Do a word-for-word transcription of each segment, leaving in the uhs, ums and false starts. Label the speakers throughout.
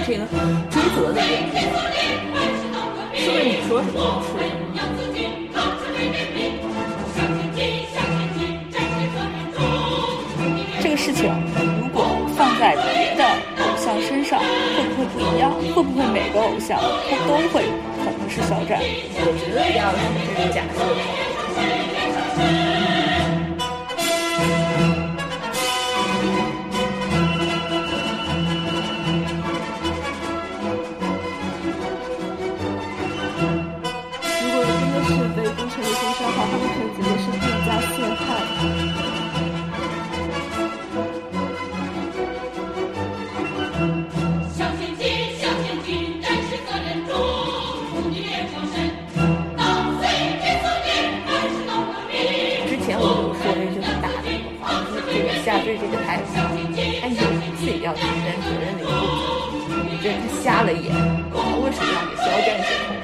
Speaker 1: 这个追责的原因，是不是你说什么是？
Speaker 2: 这个事情如果放在别的偶像身上，会不会不一样？会不会每个偶像他都会可能是肖战？
Speaker 1: 我觉得要是这个假设。
Speaker 2: 下坠这个台词，他有自己要承担责任的一部分。你这他瞎了眼，他为什么要给肖战写痛？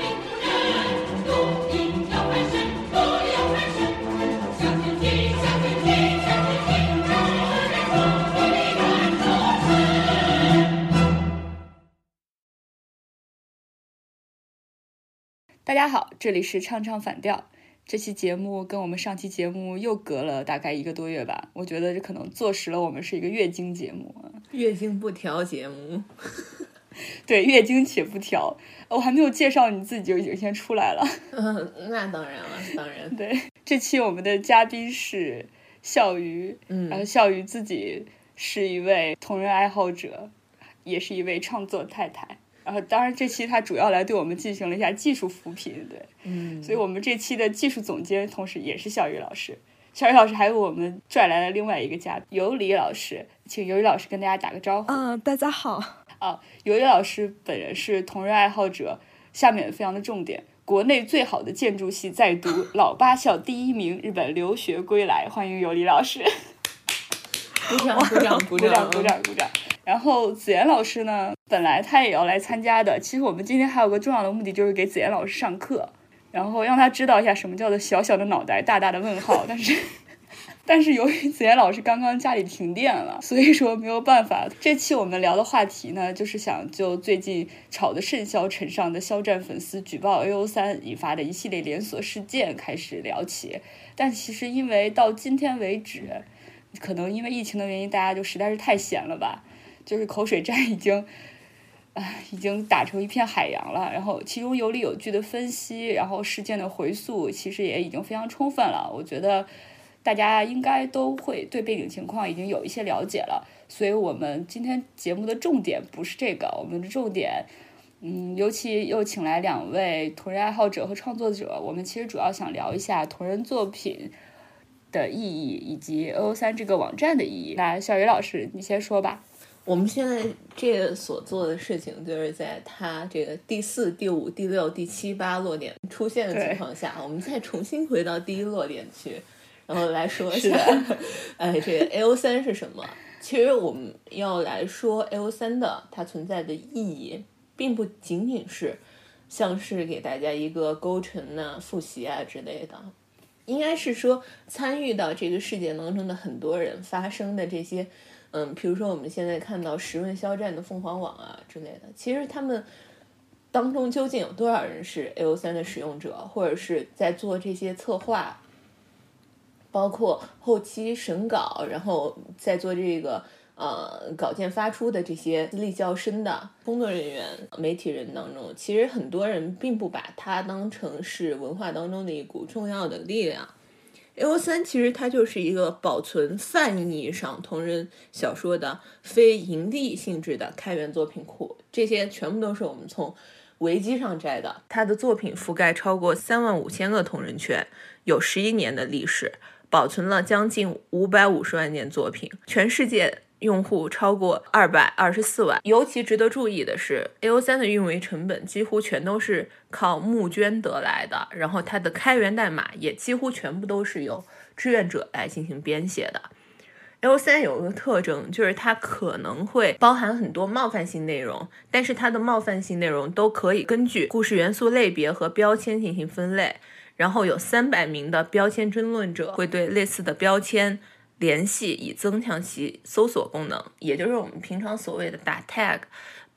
Speaker 2: 大家好，这里是唱唱反调。这期节目跟我们上期节目又隔了大概一个多月吧，我觉得这可能坐实了我们是一个月经节目，
Speaker 1: 月经不调节目。
Speaker 2: 对，月经且不调。我还没有介绍你自己就已经先出来了。
Speaker 1: 嗯，那当然了，当然。
Speaker 2: 对，这期我们的嘉宾是笑鱼，嗯，然后笑鱼自己是一位同人爱好者，也是一位创作太太。然后当然这期他主要来对我们进行了一下技术扶贫，对，嗯，所以我们这期的技术总监同时也是笑鱼老师。笑鱼老师还为我们拽来了另外一个嘉宾尤里老师，请尤里老师跟大家打个招呼。
Speaker 3: 嗯，大家好。
Speaker 2: 啊，尤里老师本人是同人爱好者，下面非常的重点，国内最好的建筑系在读，老八校第一名，日本留学归来，欢迎尤里老师。
Speaker 1: 鼓掌鼓掌鼓
Speaker 2: 掌鼓掌鼓掌。然后子妍老师呢，本来他也要来参加的，其实我们今天还有个重要的目的，就是给子妍老师上课，然后让他知道一下什么叫做小小的脑袋大大的问号。但是但是由于子妍老师刚刚家里停电了，所以说没有办法。这期我们聊的话题呢，就是想就最近炒得甚嚣尘上的肖战粉丝举报 A O 三 引发的一系列连锁事件开始聊起。但其实因为到今天为止，可能因为疫情的原因，大家就实在是太闲了吧，就是口水战已经唉已经打成一片海洋了，然后其中有理有据的分析，然后事件的回溯其实也已经非常充分了，我觉得大家应该都会对背景情况已经有一些了解了。所以我们今天节目的重点不是这个，我们的重点嗯，尤其又请来两位同人爱好者和创作者，我们其实主要想聊一下同人作品的意义以及 A O 三 这个网站的意义。那小鱼老师你先说吧。
Speaker 1: 我们现在这个所做的事情，就是在它这个第四、第五、第六、第七、八落点出现的情况下，我们再重新回到第一落点去，然后来说一下，哎，这个 A O 三 是什么？其实我们要来说 A O 三 的它存在的意义，并不仅仅是像是给大家一个勾陈啊、复习啊之类的，应该是说参与到这个事件当中的很多人发生的这些。嗯，比如说我们现在看到时问肖战的凤凰网啊之类的，其实他们当中究竟有多少人是 A O 三 的使用者，或者是在做这些策划，包括后期审稿，然后在做这个呃稿件发出的这些资历较深的工作人员、媒体人当中，其实很多人并不把它当成是文化当中的一股重要的力量。A O 三 其实它就是一个保存泛意义上同人小说的非盈利性质的开源作品库，这些全部都是我们从维基上摘的。它的作品覆盖超过三万五千个同人圈，有十一年的历史，保存了将近五百五十万件作品，全世界用户超过二百二十四万。尤其值得注意的是 A O 三 的运维成本几乎全都是靠募捐得来的，然后它的开源代码也几乎全部都是由志愿者来进行编写的。 A O 三 有一个特征，就是它可能会包含很多冒犯性内容，但是它的冒犯性内容都可以根据故事元素类别和标签进行分类，然后有三百名的标签争论者会对类似的标签联系，以增强其搜索功能，也就是我们平常所谓的打 tag。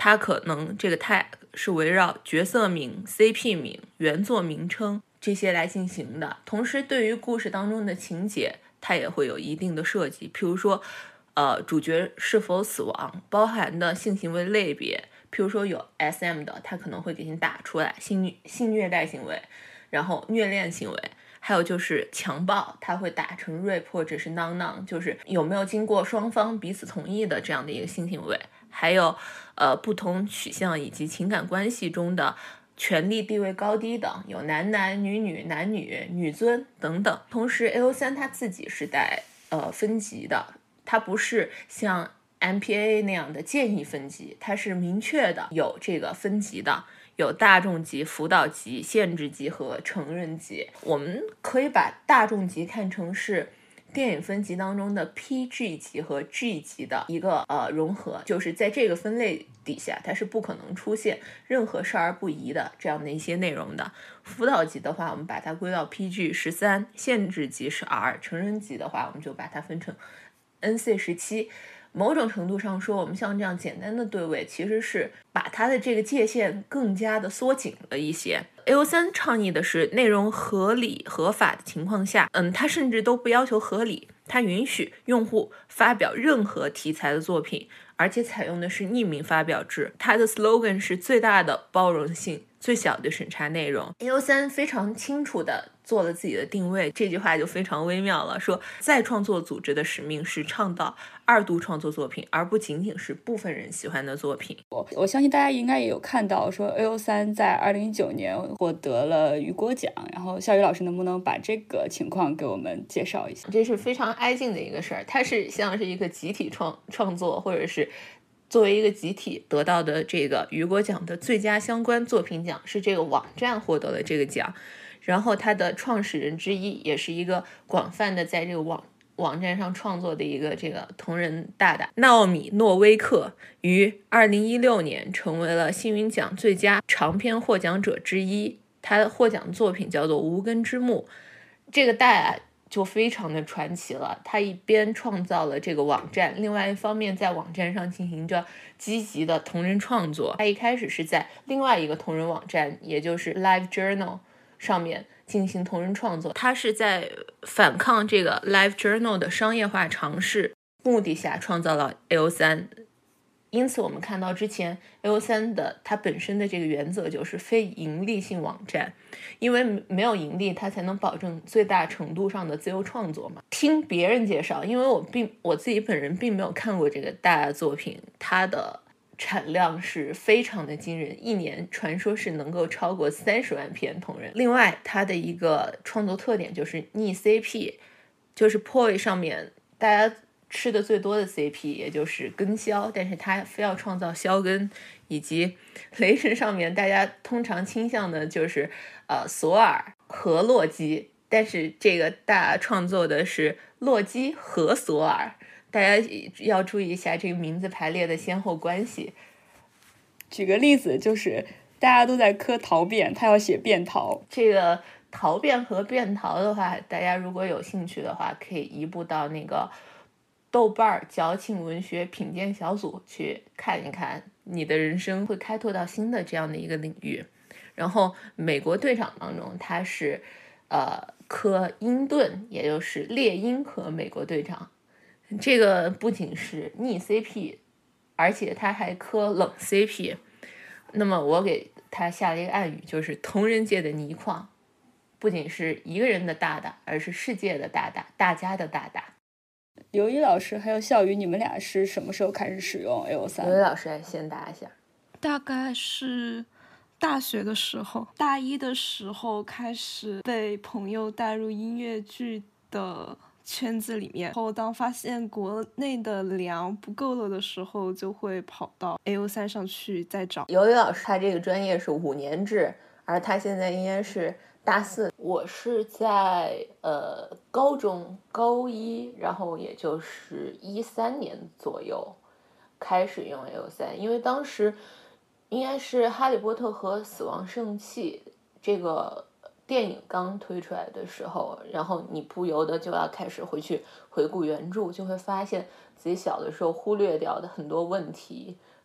Speaker 1: 它可能这个 tag 是围绕角色名、C P 名、原作名称这些来进行的。同时对于故事当中的情节它也会有一定的设计，譬如说呃，主角是否死亡包含的性行为类别，譬如说有 S M 的，它可能会给你打出来性性虐待行为，然后虐恋行为，还有就是强暴，它会打成 rape 或者是 non non， 就是有没有经过双方彼此同意的这样的一个性行为，还有呃不同取向以及情感关系中的权力地位高低等，有男男女女男女女尊等等。同时 A O 三 它自己是带呃分级的，它不是像 M P A A 那样的建议分级，它是明确的有这个分级的，有大众级、辅导级、限制级和成人级。我们可以把大众级看成是电影分级当中的 P G 级和 G 级的一个呃融合，就是在这个分类底下它是不可能出现任何少儿不宜的这样的一些内容的。辅导级的话我们把它归到 P G 十三，限制级是 R， 成人级的话我们就把它分成 N C 十七。某种程度上说，我们像这样简单的对位其实是把它的这个界限更加的缩紧了一些。 A O 三 倡议的是内容合理合法的情况下，嗯，它甚至都不要求合理，它允许用户发表任何题材的作品，而且采用的是匿名发表制。它的 slogan 是最大的包容性，最小的审查内容。 A O 三 非常清楚的做了自己的定位，这句话就非常微妙了，说再创作组织的使命是倡导二度创作作品，而不仅仅是部分人喜欢的作品。
Speaker 2: 我我相信大家应该也有看到说 A O 三 在二零一九年获得了雨果奖，然后笑宇老师能不能把这个情况给我们介绍一下？
Speaker 1: 这是非常挨近的一个事儿，它是像是一个集体创创作，或者是作为一个集体得到的这个雨果奖的最佳相关作品奖，是这个网站获得了这个奖，然后它的创始人之一也是一个广泛的在这个网网站上创作的一个这个同人大大纳奥米诺维克，于二零一六年成为了星云奖最佳长篇获奖者之一。他获奖的作品叫做《无根之木》，这个大大就非常的传奇了。他一边创造了这个网站，另外一方面在网站上进行着积极的同人创作。他一开始是在另外一个同人网站，也就是 Live Journal 上面进行同人创作。他是在反抗这个 Live Journal 的商业化尝试目的下创造了 A O 三。因此我们看到之前 A O 三 的它本身的这个原则就是非盈利性网站，因为没有盈利它才能保证最大程度上的自由创作嘛。听别人介绍，因为我并我自己本人并没有看过这个大作品，它的产量是非常的惊人，一年传说是能够超过三十万篇同人。另外它的一个创作特点就是逆 C P， 就是 P O I 上面大家吃的最多的 C P 也就是根萧，但是他非要创造萧根，以及雷神上面大家通常倾向的就是呃索尔和洛基，但是这个大创作的是洛基和索尔，大家要注意一下这个名字排列的先后关系。
Speaker 2: 举个例子，就是大家都在磕桃变，他要写变桃。
Speaker 1: 这个桃变和变桃的话，大家如果有兴趣的话，可以移步到那个豆瓣矫情文学品鉴小组去看一看，你的人生会开拓到新的这样的一个领域。然后美国队长当中，他是呃磕鹰盾，也就是猎鹰和美国队长，这个不仅是逆 C P， 而且他还磕冷 C P。 那么我给他下了一个暗语，就是同人界的倪匡不仅是一个人的大大，而是世界的大大，大家的大大。
Speaker 2: 刘一老师还有笑宇，你们俩是什么时候开始使用 A O 三？
Speaker 1: 刘一老师来先答一下。
Speaker 3: 大概是大学的时候，大一的时候开始被朋友带入音乐剧的圈子里面，然后当发现国内的粮不够了的时候，就会跑到 A O 三 上去再找。
Speaker 1: 刘一老师他这个专业是五年制，而他现在应该是大四。我是在呃高中高一，然后也就是一三年左右开始用 A O 三，因为当时应该是《哈利波特》和《死亡圣器》这个电影刚推出来的时候，然后你不由得就要开始回去回顾原著，就会发现自己小的时候忽略掉的很多问题，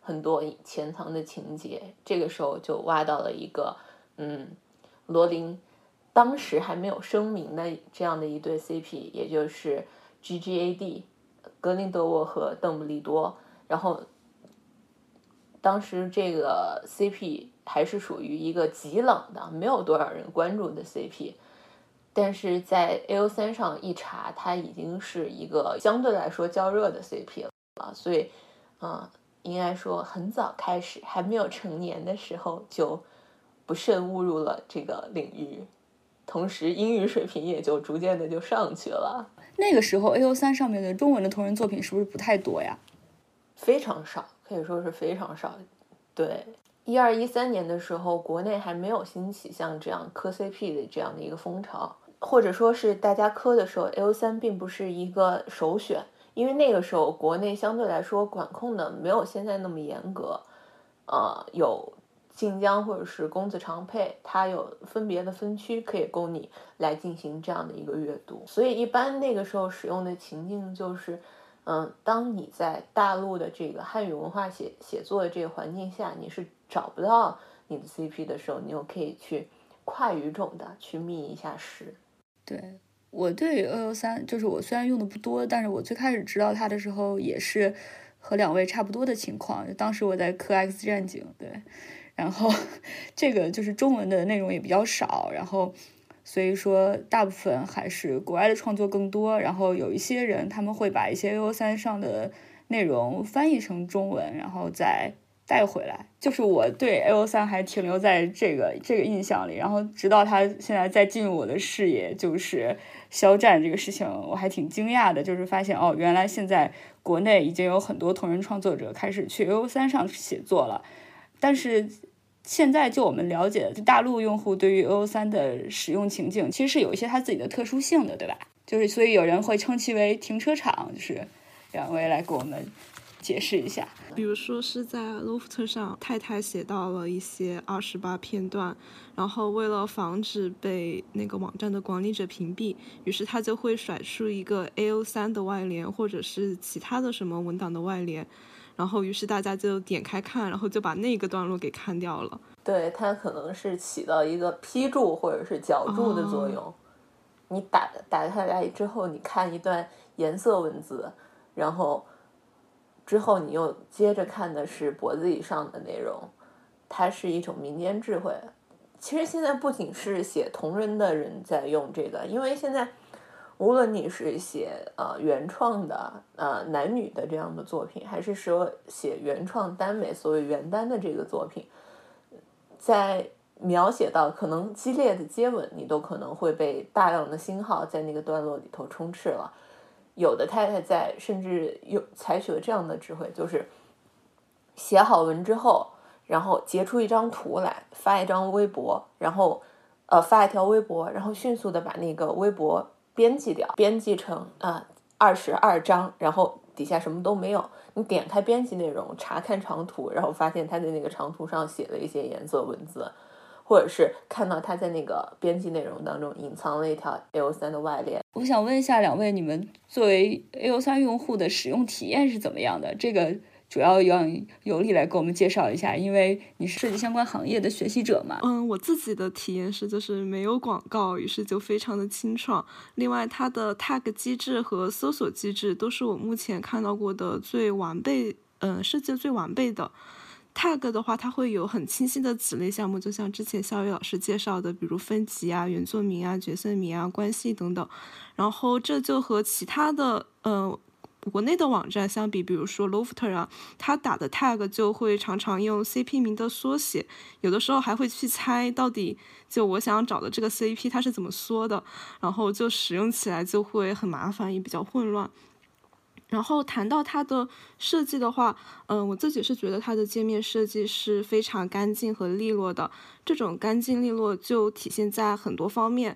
Speaker 1: 很多潜藏的情节。这个时候就挖到了一个，嗯，罗琳当时还没有声明的这样的一对 C P， 也就是 G G A D 格林德沃和邓布利多。然后当时这个 C P 还是属于一个极冷的，没有多少人关注的 C P， 但是在 A O 三 上一查，它已经是一个相对来说较热的 C P 了。所以嗯，应该说很早开始，还没有成年的时候就不慎误入了这个领域，同时英语水平也就逐渐的就上去了。
Speaker 2: 那个时候 A O 三 上面的中文的同人作品是不是不太多呀？
Speaker 1: 非常少，可以说是非常少。对，一二一三年的时候，国内还没有兴起像这样磕 C P 的这样的一个风潮，或者说是大家磕的时候 A O 三 并不是一个首选，因为那个时候国内相对来说管控的没有现在那么严格，呃，有晋江或者是公子长配，它有分别的分区可以供你来进行这样的一个阅读。所以一般那个时候使用的情境就是嗯，当你在大陆的这个汉语文化写写作的这个环境下，你是找不到你的 C P 的时候，你又可以去跨语种的去觅一下诗。
Speaker 2: 对，我对 A O 三 就是我虽然用的不多，但是我最开始知道它的时候也是和两位差不多的情况。当时我在磕 X 战警，对，然后这个就是中文的内容也比较少，然后所以说大部分还是国外的创作更多，然后有一些人他们会把一些 A O 三 上的内容翻译成中文，然后再带回来。就是我对 A O 三 还停留在这个这个印象里，然后直到他现在再进入我的视野，就是肖战这个事情，我还挺惊讶的，就是发现哦，原来现在国内已经有很多同人创作者开始去 A O 三 上写作了。但是现在就我们了解的大陆用户对于 A O 三 的使用情境其实是有一些它自己的特殊性的，对吧？就是所以有人会称其为停车场，就是两位来给我们解释一下。
Speaker 3: 比如说是在 Loft 上，太太写到了一些二十八片段，然后为了防止被那个网站的管理者屏蔽，于是他就会甩出一个 A O 三 的外联，或者是其他的什么文档的外联，然后于是大家就点开看，然后就把那个段落给看掉了。
Speaker 1: 对，它可能是起到一个批注或者是矫注的作用。哦、你打打开来之后，你看一段颜色文字，然后之后你又接着看的是脖子以上的内容，它是一种民间智慧。其实现在不仅是写同人的人在用这个，因为现在无论你是写呃原创的呃男女的这样的作品，还是说写原创耽美所谓原耽的这个作品，在描写到可能激烈的接吻，你都可能会被大量的星号在那个段落里头充斥了。有的太太在甚至有采取了这样的智慧，就是写好文之后，然后截出一张图来，发一张微博，然后呃发一条微博，然后迅速的把那个微博编辑掉，编辑成啊二十二张，然后底下什么都没有。你点开编辑内容，查看长图，然后发现他在那个长图上写了一些颜色文字，或者是看到他在那个编辑内容当中隐藏了一条 A O 三 的外联。
Speaker 2: 我想问一下两位，你们作为 A O 三 用户的使用体验是怎么样的？这个主要让尤里来给我们介绍一下，因为你是设计相关行业的学习者嘛。
Speaker 3: 嗯，我自己的体验是就是没有广告，于是就非常的清爽。另外它的 tag 机制和搜索机制都是我目前看到过的最完备，嗯，设计的最完备的。tag 的话，它会有很清晰的子类项目，就像之前肖宇老师介绍的，比如分级啊、原作名啊、角色名啊、关系等等。然后这就和其他的呃国内的网站相比，比如说 Lofter 啊，它打的 tag 就会常常用 C P 名的缩写，有的时候还会去猜到底就我想找的这个 C P 它是怎么缩的，然后就使用起来就会很麻烦，也比较混乱。然后谈到它的设计的话，嗯、呃，我自己是觉得它的界面设计是非常干净和利落的。这种干净利落就体现在很多方面，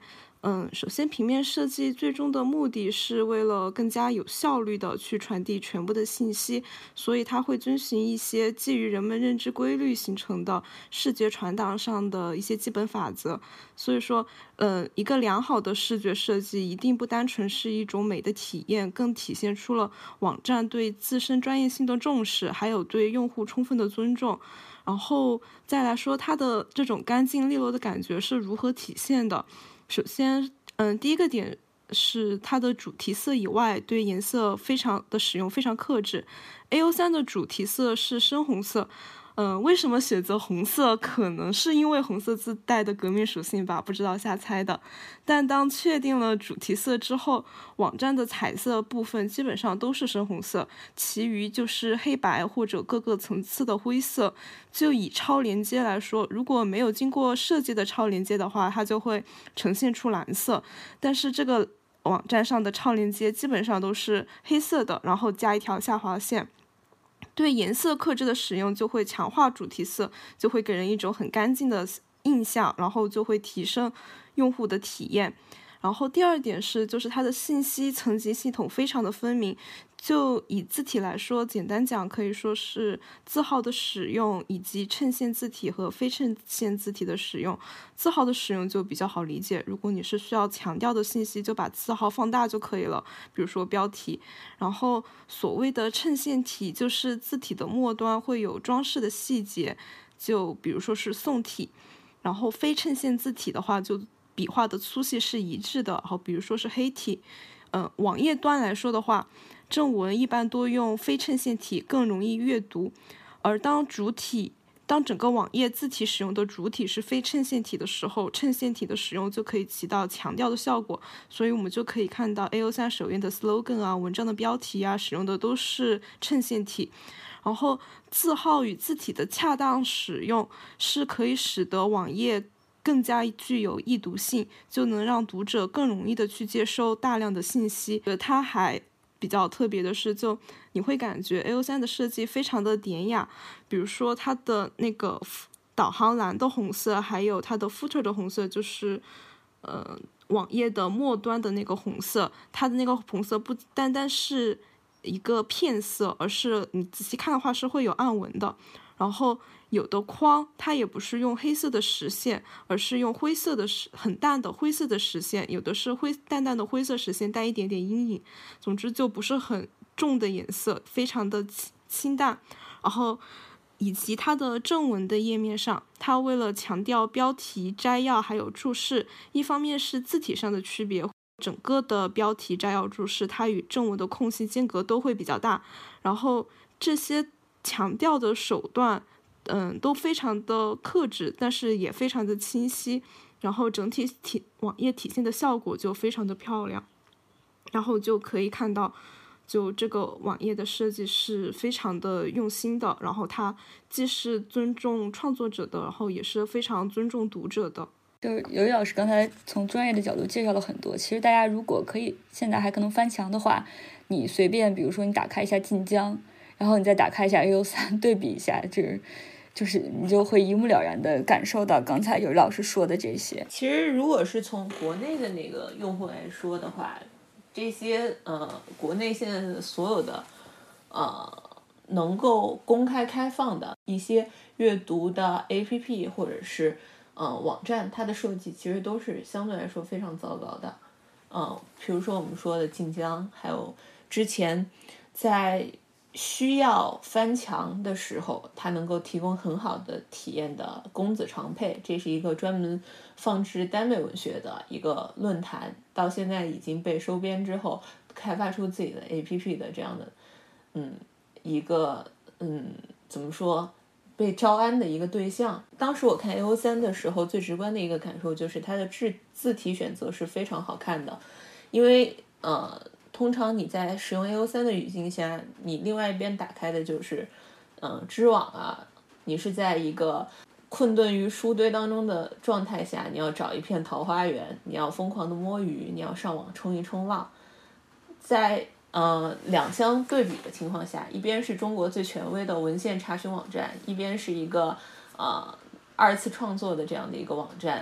Speaker 3: 嗯，首先平面设计最终的目的是为了更加有效率的去传递全部的信息，所以它会遵循一些基于人们认知规律形成的视觉传达上的一些基本法则。所以说，呃，一个良好的视觉设计一定不单纯是一种美的体验，更体现出了网站对自身专业性的重视，还有对用户充分的尊重。然后再来说它的这种干净利落的感觉是如何体现的。首先，嗯，第一个点是它的主题色以外，对颜色非常的使用非常克制。A O 三 的主题色是深红色，嗯，为什么选择红色？可能是因为红色自带的革命属性吧，不知道瞎猜的。但当确定了主题色之后，网站的彩色部分基本上都是深红色，其余就是黑白或者各个层次的灰色。就以超连接来说，如果没有经过设计的超连接的话，它就会呈现出蓝色。但是这个网站上的超连接基本上都是黑色的，然后加一条下划线。对颜色克制的使用就会强化主题色，就会给人一种很干净的印象，然后就会提升用户的体验。然后第二点是，就是它的信息层级系统非常的分明。就以字体来说，简单讲可以说是字号的使用以及衬线字体和非衬线字体的使用。字号的使用就比较好理解，如果你是需要强调的信息，就把字号放大就可以了，比如说标题。然后所谓的衬线体，就是字体的末端会有装饰的细节，就比如说是宋体。然后非衬线字体的话，就笔画的粗细是一致的，好，比如说是黑体。嗯、呃，网页端来说的话，正文一般多用非衬线体，更容易阅读。而当主体当整个网页字体使用的主体是非衬线体的时候，衬线体的使用就可以起到强调的效果。所以我们就可以看到 A O 三 首页的 slogan 啊，文章的标题啊，使用的都是衬线体。然后字号与字体的恰当使用是可以使得网页更加具有易读性，就能让读者更容易的去接收大量的信息。它还比较特别的是，就你会感觉 A O 三 的设计非常的典雅，比如说它的那个导航栏的红色，还有它的 footer 的红色，就是呃网页的末端的那个红色，它的那个红色不单单是一个片色，而是你仔细看的话是会有暗纹的。然后有的框它也不是用黑色的实线，而是用灰色的很淡的灰色的实线，有的是灰淡淡的灰色实线带一点点阴影，总之就不是很重的颜色，非常的清淡。然后以及它的正文的页面上，它为了强调标题摘要还有注释，一方面是字体上的区别，整个的标题摘要注释它与正文的空隙间隔都会比较大，然后这些强调的手段嗯，都非常的克制，但是也非常的清晰，然后整体体网页体现的效果就非常的漂亮。然后就可以看到就这个网页的设计是非常的用心的，然后它既是尊重创作者的，然后也是非常尊重读者的。
Speaker 2: 就是尤老师刚才从专业的角度介绍了很多，其实大家如果可以现在还可能翻墙的话，你随便比如说你打开一下晋江，然后你再打开一下 A O 三 对比一下，就是就是你就会一目了然的感受到刚才尤老师说的这些。
Speaker 1: 其实如果是从国内的那个用户来说的话，这些呃国内现在所有的呃能够公开开放的一些阅读的 A P P 或者是呃网站，它的设计其实都是相对来说非常糟糕的。嗯、呃，比如说我们说的晋江，还有之前在需要翻墙的时候，它能够提供很好的体验的公子长配，这是一个专门放置耽美文学的一个论坛，到现在已经被收编之后，开发出自己的 A P P 的这样的，嗯，一个嗯怎么说被招安的一个对象。当时我看 A O 三 的时候，最直观的一个感受就是它的字字体选择是非常好看的，因为呃。通常你在使用 A O 三 的语境下，你另外一边打开的就是嗯知网啊，你是在一个困顿于书堆当中的状态下，你要找一片桃花源，你要疯狂的摸鱼，你要上网冲一冲浪。在呃两相对比的情况下，一边是中国最权威的文献查询网站，一边是一个呃二次创作的这样的一个网站，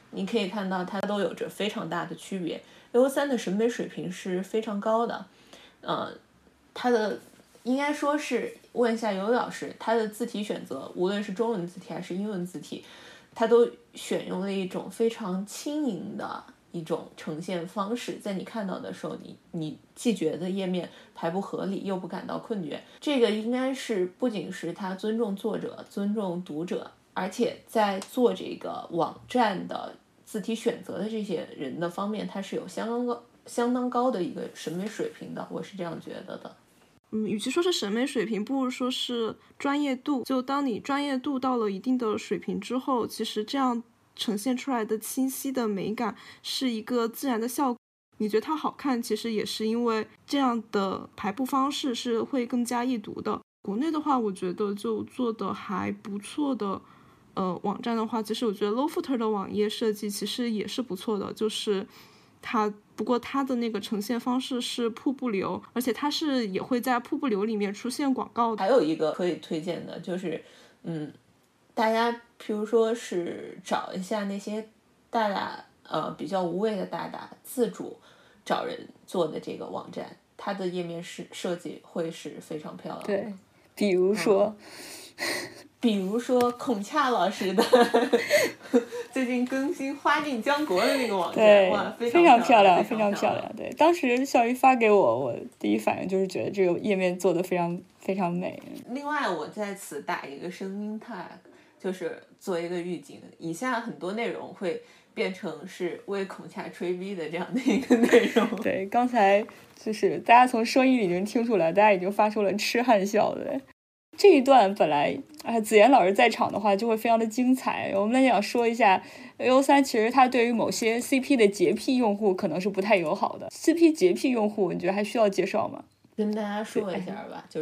Speaker 1: 你可以看到它都有着非常大的区别。A O 三的审美水平是非常高的，呃，它的应该说是问一下尤老师，它的字体选择，无论是中文字体还是英文字体，它都选用了一种非常轻盈的一种呈现方式，在你看到的时候，你你既觉得页面排不合理，又不感到困倦。这个应该是不仅是他尊重作者、尊重读者，而且在做这个网站的字体选择的这些人的方面，他是有相当高、相当高的一个审美水平的，我是这样觉得的。
Speaker 3: 嗯，与其说是审美水平，不如说是专业度。就当你专业度到了一定的水平之后，其实这样呈现出来的清晰的美感是一个自然的效果。你觉得它好看，其实也是因为这样的排布方式是会更加易读的。国内的话，我觉得就做的还不错的呃网站的话，其实我觉得 Lowfooter 的网页设计其实也是不错的，就是它不过它的那个呈现方式是瀑布流，而且它是也会在瀑布流里面出现广告的。
Speaker 1: 还有一个可以推荐的就是嗯大家譬如说是找一下那些大大呃比较无畏的大大自主找人做的这个网站，它的页面是设计会是非常漂亮的。
Speaker 2: 对，比如说、
Speaker 1: 嗯、比如说孔恰老师的最近更新花镜江国的那个网站，哇，非
Speaker 2: 常
Speaker 1: 漂
Speaker 2: 亮，非常漂亮。对，当时小鱼发给我，我第一反应就是觉得这个页面做的非常非常美。
Speaker 1: 另外，我在此打一个声音 tag， 就是做一个预警，以下很多内容会变成是为孔恰吹逼的这样的一个内容。
Speaker 2: 对，刚才就是大家从声音里已经听出来，大家已经发出了痴汉笑的。这一段本来啊，子妍老师在场的话就会非常的精彩。我们来想说一下 A O 三，其实它对于某些 C P 的洁癖用户可能是不太友好的。C P 洁癖用户，你觉得还需要介绍吗？
Speaker 1: 跟大家说一下吧，就是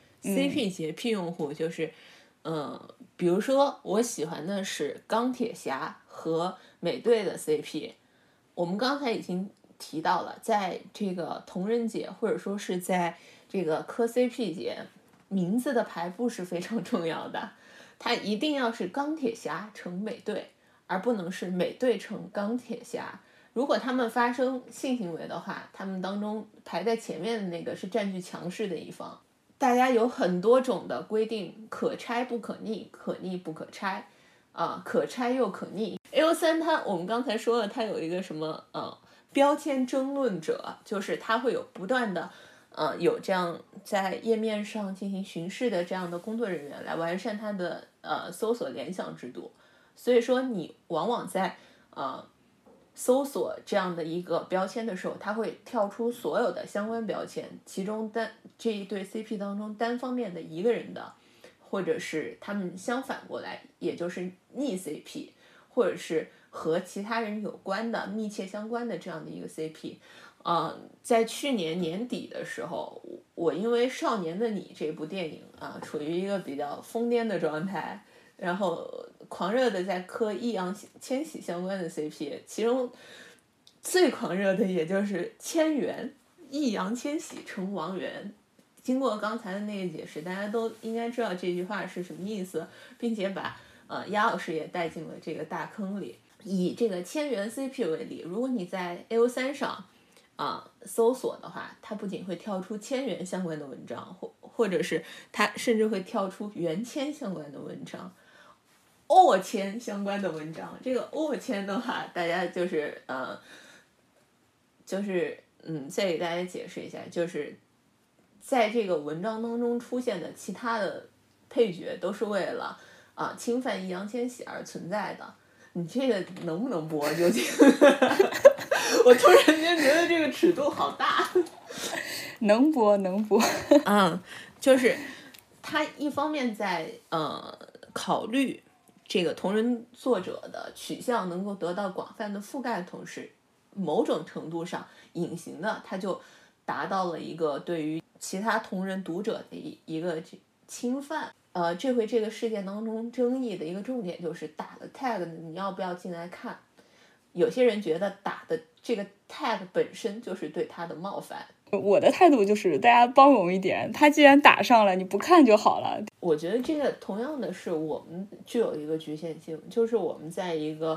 Speaker 1: C P 洁癖用户，就是嗯、呃，比如说我喜欢的是钢铁侠和美队的 C P， 我们刚才已经提到了，在这个同人节或者说是在这个磕 C P 节，名字的排布是非常重要的，它一定要是钢铁侠乘美队，而不能是美队乘钢铁侠。如果他们发生性行为的话，他们当中排在前面的那个是占据强势的一方。大家有很多种的规定，可拆不可逆，可逆不可拆，啊、呃，可拆又可逆。A O 三它我们刚才说了，它有一个什么呃标签争论者，就是它会有不断的呃有这样在页面上进行巡视的这样的工作人员来完善它的呃搜索联想制度。所以说你往往在呃搜索这样的一个标签的时候，它会跳出所有的相关标签，其中单这一对 C P 当中单方面的一个人的，或者是他们相反过来，也就是逆 C P， 或者是和其他人有关的密切相关的这样的一个 C P。呃，在去年年底的时候，我因为《少年的你》这部电影啊，处于一个比较疯癫的状态，然后狂热的在磕易烊千玺相关的 C P， 其中最狂热的也就是千元易烊千玺乘王源。经过刚才的那个解释，大家都应该知道这句话是什么意思，并且把呃鸭老师也带进了这个大坑里。以这个千元 C P 为例，如果你在 A O 三 上啊、呃，搜索的话，它不仅会跳出千元相关的文章，或或者是它甚至会跳出元千相关的文章，欧千相关的文章。这个欧千的话，大家就是呃，就是嗯，再给大家解释一下，就是在这个文章当中出现的其他的配角都是为了啊、呃、侵犯易烊千玺而存在的。你这个能不能播？究竟？我突然间觉得这个尺度好大。
Speaker 2: 能播能播。
Speaker 1: 嗯，就是他一方面在呃考虑这个同人作者的取向能够得到广泛的覆盖的同时，某种程度上隐形的他就达到了一个对于其他同人读者的一一个侵犯。呃，这回这个事件当中争议的一个重点就是打了 tag 你要不要进来看。有些人觉得打的这个 tag 本身就是对他的冒犯。
Speaker 2: 我的态度就是大家包容一点，他既然打上了，你不看就好了。
Speaker 1: 我觉得这个同样的是我们具有一个局限性，就是我们在一个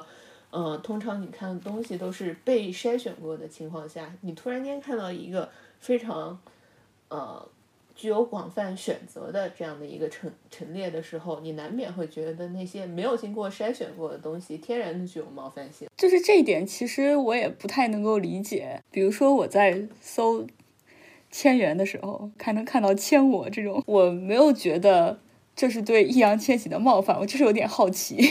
Speaker 1: 呃，通常你看的东西都是被筛选过的情况下，你突然间看到一个非常呃具有广泛选择的这样的一个陈陈列的时候，你难免会觉得那些没有经过筛选过的东西天然的具有冒犯性。
Speaker 2: 就是这一点其实我也不太能够理解。比如说我在搜千元的时候还能看到千我这种，我没有觉得这是对易烊千玺的冒犯，我就是有点好奇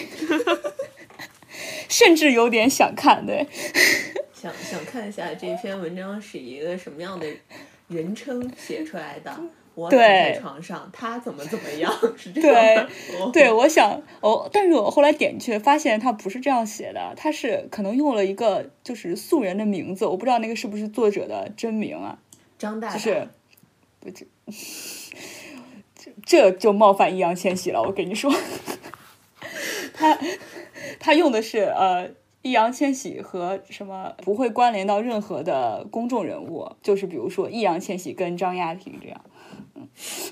Speaker 2: 甚至有点想看。对，
Speaker 1: 想想看一下这篇文章是一个什么样的人称写出来的，我躺在床上他怎么怎么样，是这样的。
Speaker 2: 对、哦、对，我想哦，但是我后来点去发现他不是这样写的，他是可能用了一个就是素人的名字，我不知道那个是不是作者的真名啊。
Speaker 1: 张大大
Speaker 2: 就是不这这就冒犯易烊千玺了，我跟你说他他用的是呃易烊千玺和什么不会关联到任何的公众人物，就是比如说易烊千玺跟张亚婷这样。嗯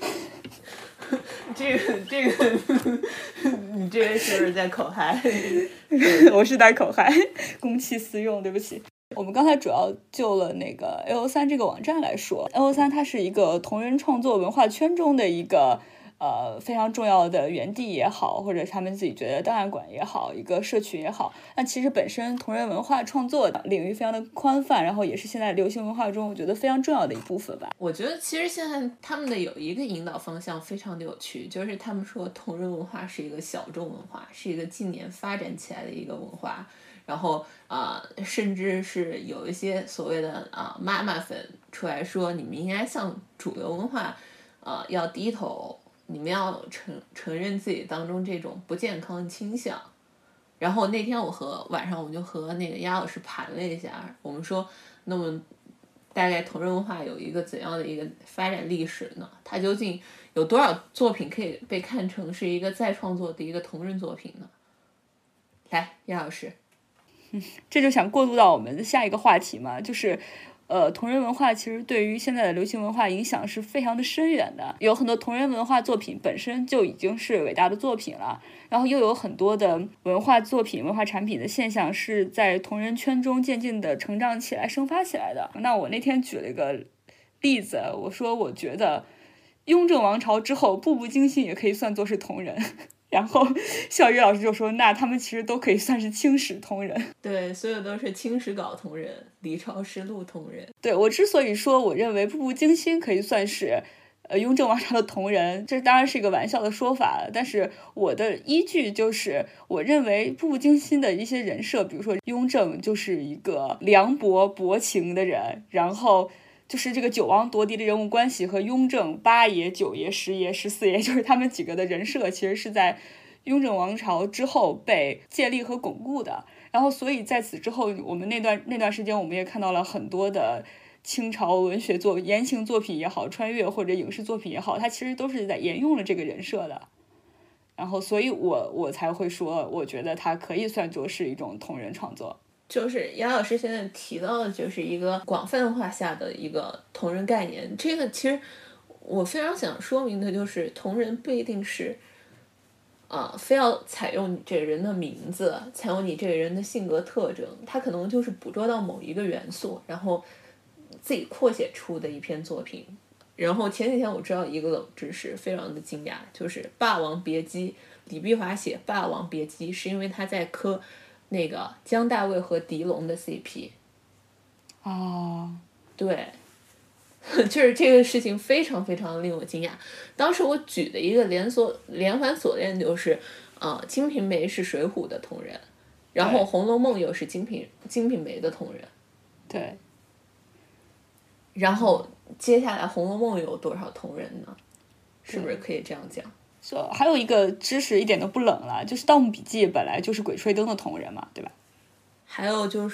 Speaker 1: 这个这个你这个是不是在口嗨
Speaker 2: 我是在口嗨，公器私用，对不起。我们刚才主要就了那个 A O 三 这个网站来说， A O 三 它是一个同人创作文化圈中的一个呃非常重要的园地也好，或者他们自己觉得档案馆也好，一个社群也好。那其实本身同人文化创作的领域非常的宽泛，然后也是现在流行文化中我觉得非常重要的一部分吧。
Speaker 1: 我觉得其实现在他们的有一个引导方向非常的有趣，就是他们说同人文化是一个小众文化，是一个近年发展起来的一个文化。然后啊、呃，甚至是有一些所谓的啊、呃、妈妈粉出来说，你们应该向主流文化啊、呃、要低头，你们要承承认自己当中这种不健康的倾向。然后那天我和晚上我就和那个鸭老师盘了一下，我们说，那么大概同人文化有一个怎样的一个发展历史呢？它究竟有多少作品可以被看成是一个再创作的一个同人作品呢？来，鸭老师。
Speaker 2: 这就想过渡到我们的下一个话题嘛，就是呃，同人文化其实对于现在的流行文化影响是非常的深远的，有很多同人文化作品本身就已经是伟大的作品了，然后又有很多的文化作品文化产品的现象是在同人圈中渐渐的成长起来生发起来的。那我那天举了一个例子，我说我觉得雍正王朝之后步步惊心也可以算作是同人，然后笑宇老师就说那他们其实都可以算是清史同人。
Speaker 1: 对，所有都是清史稿同人，李朝实录同人。
Speaker 2: 对，我之所以说我认为步步惊心可以算是呃雍正王朝的同人，这当然是一个玩笑的说法，但是我的依据就是我认为步步惊心的一些人设，比如说雍正就是一个凉薄薄情的人，然后就是这个九王夺嫡的人物关系和雍正八爷九爷十爷十四爷，就是他们几个的人设其实是在雍正王朝之后被建立和巩固的。然后所以在此之后，我们那段那段时间我们也看到了很多的清朝文学作言情作品也好，穿越或者影视作品也好，它其实都是在沿用了这个人设的。然后所以我我才会说我觉得它可以算作是一种同人创作。
Speaker 1: 就是杨老师现在提到的就是一个广泛化下的一个同人概念，这个其实我非常想说明的就是同人不一定是啊、呃，非要采用你这个人的名字，采用你这个人的性格特征，他可能就是捕捉到某一个元素，然后自己扩写出的一篇作品。然后前几天我知道一个冷知识，非常的惊讶，就是《霸王别姬》，李碧华写《霸王别姬》是因为他在磕那个姜大卫和狄龙的 C P。
Speaker 2: 哦，
Speaker 1: 对。就是这个事情非常非常令我惊讶。当时我举的一个连锁连环锁链就是，呃，《金瓶梅》是水浒的同人，然后《红楼梦》又是金瓶金瓶梅的同人。
Speaker 2: 对。
Speaker 1: 然后接下来《红楼梦》有多少同人呢？是不是可以这样讲？
Speaker 2: so, 还有一个知识一点都不冷了，就是《盗墓笔记》本来就是《鬼吹灯》的同人嘛，对吧？
Speaker 1: 还有就是，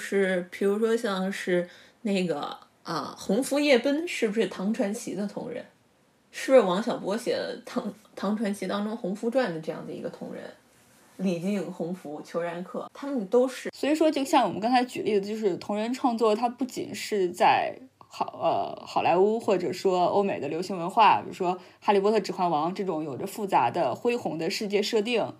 Speaker 1: 比如说像是那个。啊，鸿福夜奔是不是唐传奇的同人？是不是王小波写的唐唐传奇当中《鸿福传》的这样的一个同人？李靖、鸿福、裘然客，他们都是。
Speaker 2: 所以说，就像我们刚才举例子，就是同人创作，它不仅是在好呃好莱坞或者说欧美的流行文化，比如说《哈利波特》《指环王》这种有着复杂的恢宏的世界设定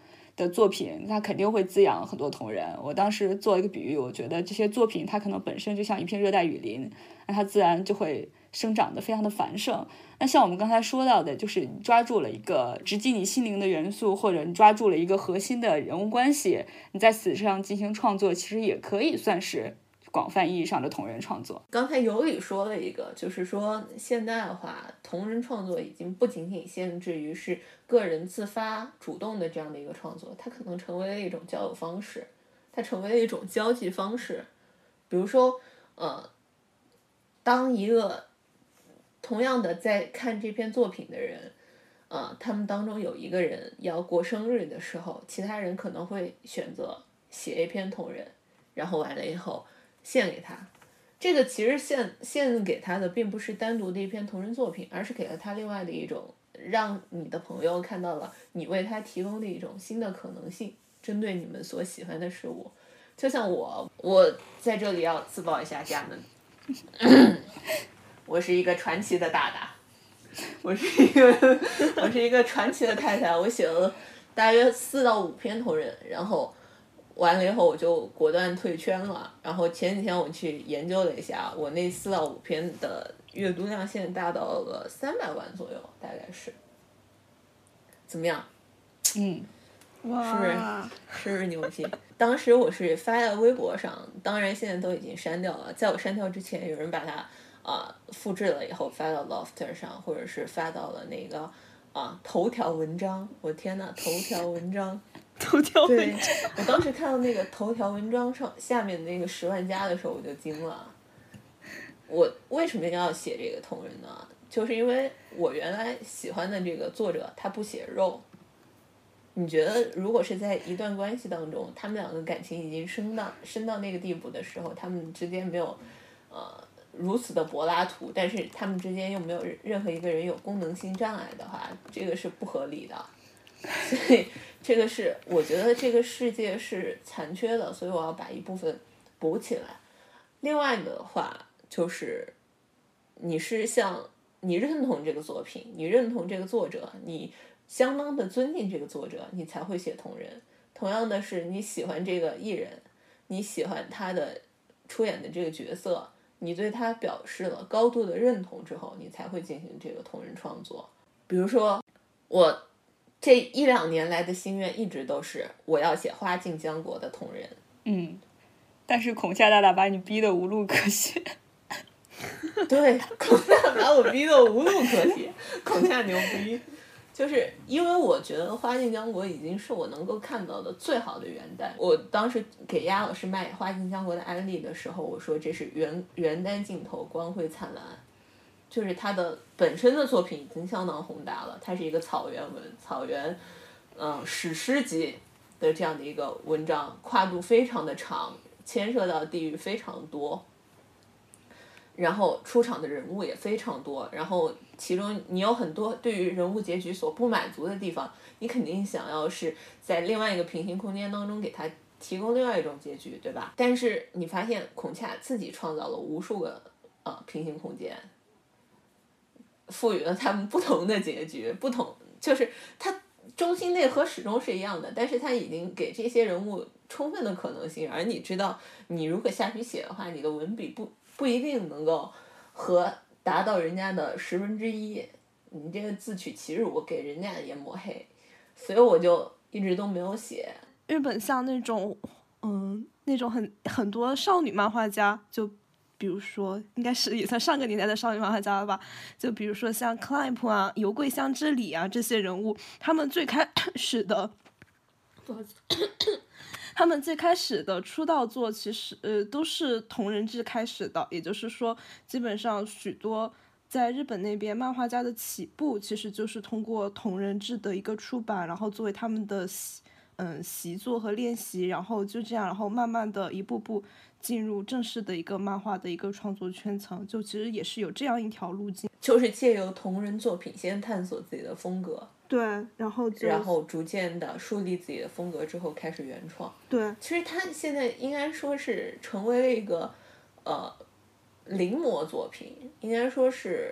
Speaker 2: 的作品，它肯定会滋养很多同人。我当时做一个比喻，我觉得这些作品它可能本身就像一片热带雨林，那它自然就会生长得非常的繁盛。那像我们刚才说到的，就是你抓住了一个直击你心灵的元素，或者你抓住了一个核心的人物关系，你在此上进行创作，其实也可以算是广泛意义上的同人创作。
Speaker 1: 刚才有理说了一个，就是说现代化同人创作已经不仅仅限制于是个人自发主动的这样的一个创作，它可能成为了一种交友方式，它成为了一种交际方式。比如说呃，当一个同样的在看这篇作品的人呃，他们当中有一个人要过生日的时候，其他人可能会选择写一篇同人，然后完了以后献给他。这个其实献献给他的并不是单独的一篇同人作品，而是给了他另外的一种，让你的朋友看到了你为他提供的一种新的可能性，针对你们所喜欢的事物。就像我我在这里要自报一下家门我是一个传奇的大大，我是一个我是一个传奇的太太，我写了大约四到五篇同人，然后完了以后我就果断退圈了。然后前几天我去研究了一下，我那四到五篇的阅读量现在达到了三百万左右，大概是。怎么样？
Speaker 2: 嗯，
Speaker 3: 哇，
Speaker 1: 是不是是不是牛批？当时我是发在微博上，当然现在都已经删掉了。在我删掉之前，有人把它啊、呃、复制了以后发到 Lofter 上，或者是发到了那个啊、呃、头条文章。我天呐，头条文章！
Speaker 3: 头条文
Speaker 1: 对，我当时看到那个头条文章上下面那个十万加的时候，我就惊了。我为什么要写这个同人呢？就是因为我原来喜欢的这个作者他不写肉。你觉得如果是在一段关系当中，他们两个感情已经深到深到那个地步的时候，他们之间没有呃如此的柏拉图，但是他们之间又没有任何一个人有功能性障碍的话，这个是不合理的。所以这个是我觉得这个世界是残缺的，所以我要把一部分补起来。另外的话就是你是像你认同这个作品，你认同这个作者，你相当的尊敬这个作者，你才会写同人。同样的是你喜欢这个艺人，你喜欢他的出演的这个角色，你对他表示了高度的认同之后，你才会进行这个同人创作。比如说我这一两年来的心愿一直都是我要写花镜江国的同人。
Speaker 2: 嗯，但是孔夏大大把你逼得无路可写。
Speaker 1: 对，孔夏把我逼得无路可写，孔夏牛逼。就是因为我觉得花镜江国已经是我能够看到的最好的元旦。我当时给鸭老师卖花镜江国的案例的时候，我说这是元元旦镜头，光辉灿烂。就是它的本身的作品已经相当宏大了，它是一个草原文、草原，嗯，史诗级的这样的一个文章，跨度非常的长，牵涉到地域非常多。然后出场的人物也非常多，然后其中你有很多对于人物结局所不满足的地方，你肯定想要是在另外一个平行空间当中给他提供另外一种结局，对吧？但是你发现孔洽自己创造了无数个呃平行空间，赋予了他们不同的结局，不同就是他中心内核始终是一样的，但是他已经给这些人物充分的可能性，而你知道你如果下去写的话，你的文笔不不一定能够和达到人家的十分之一，你这个自取其辱，给人家也抹黑，所以我就一直都没有写。
Speaker 3: 日本像那种嗯那种很很多少女漫画家，就比如说应该是也算上个年代的少女漫画家了吧，就比如说像 Clamp 啊、油桂香织里啊这些人物，他们最开始的不好意思他们最开始的出道作其实呃都是同人志开始的，也就是说基本上许多在日本那边漫画家的起步其实就是通过同人志的一个出版，然后作为他们的嗯习作和练习，然后就这样然后慢慢的一步步进入正式的一个漫画的一个创作圈层，就其实也是有这样一条路径，
Speaker 1: 就是借由同人作品先探索自己的风格，
Speaker 3: 对，然后就
Speaker 1: 然后逐渐的树立自己的风格之后开始原创。
Speaker 3: 对，
Speaker 1: 其实他现在应该说是成为了一个呃临摹作品，应该说是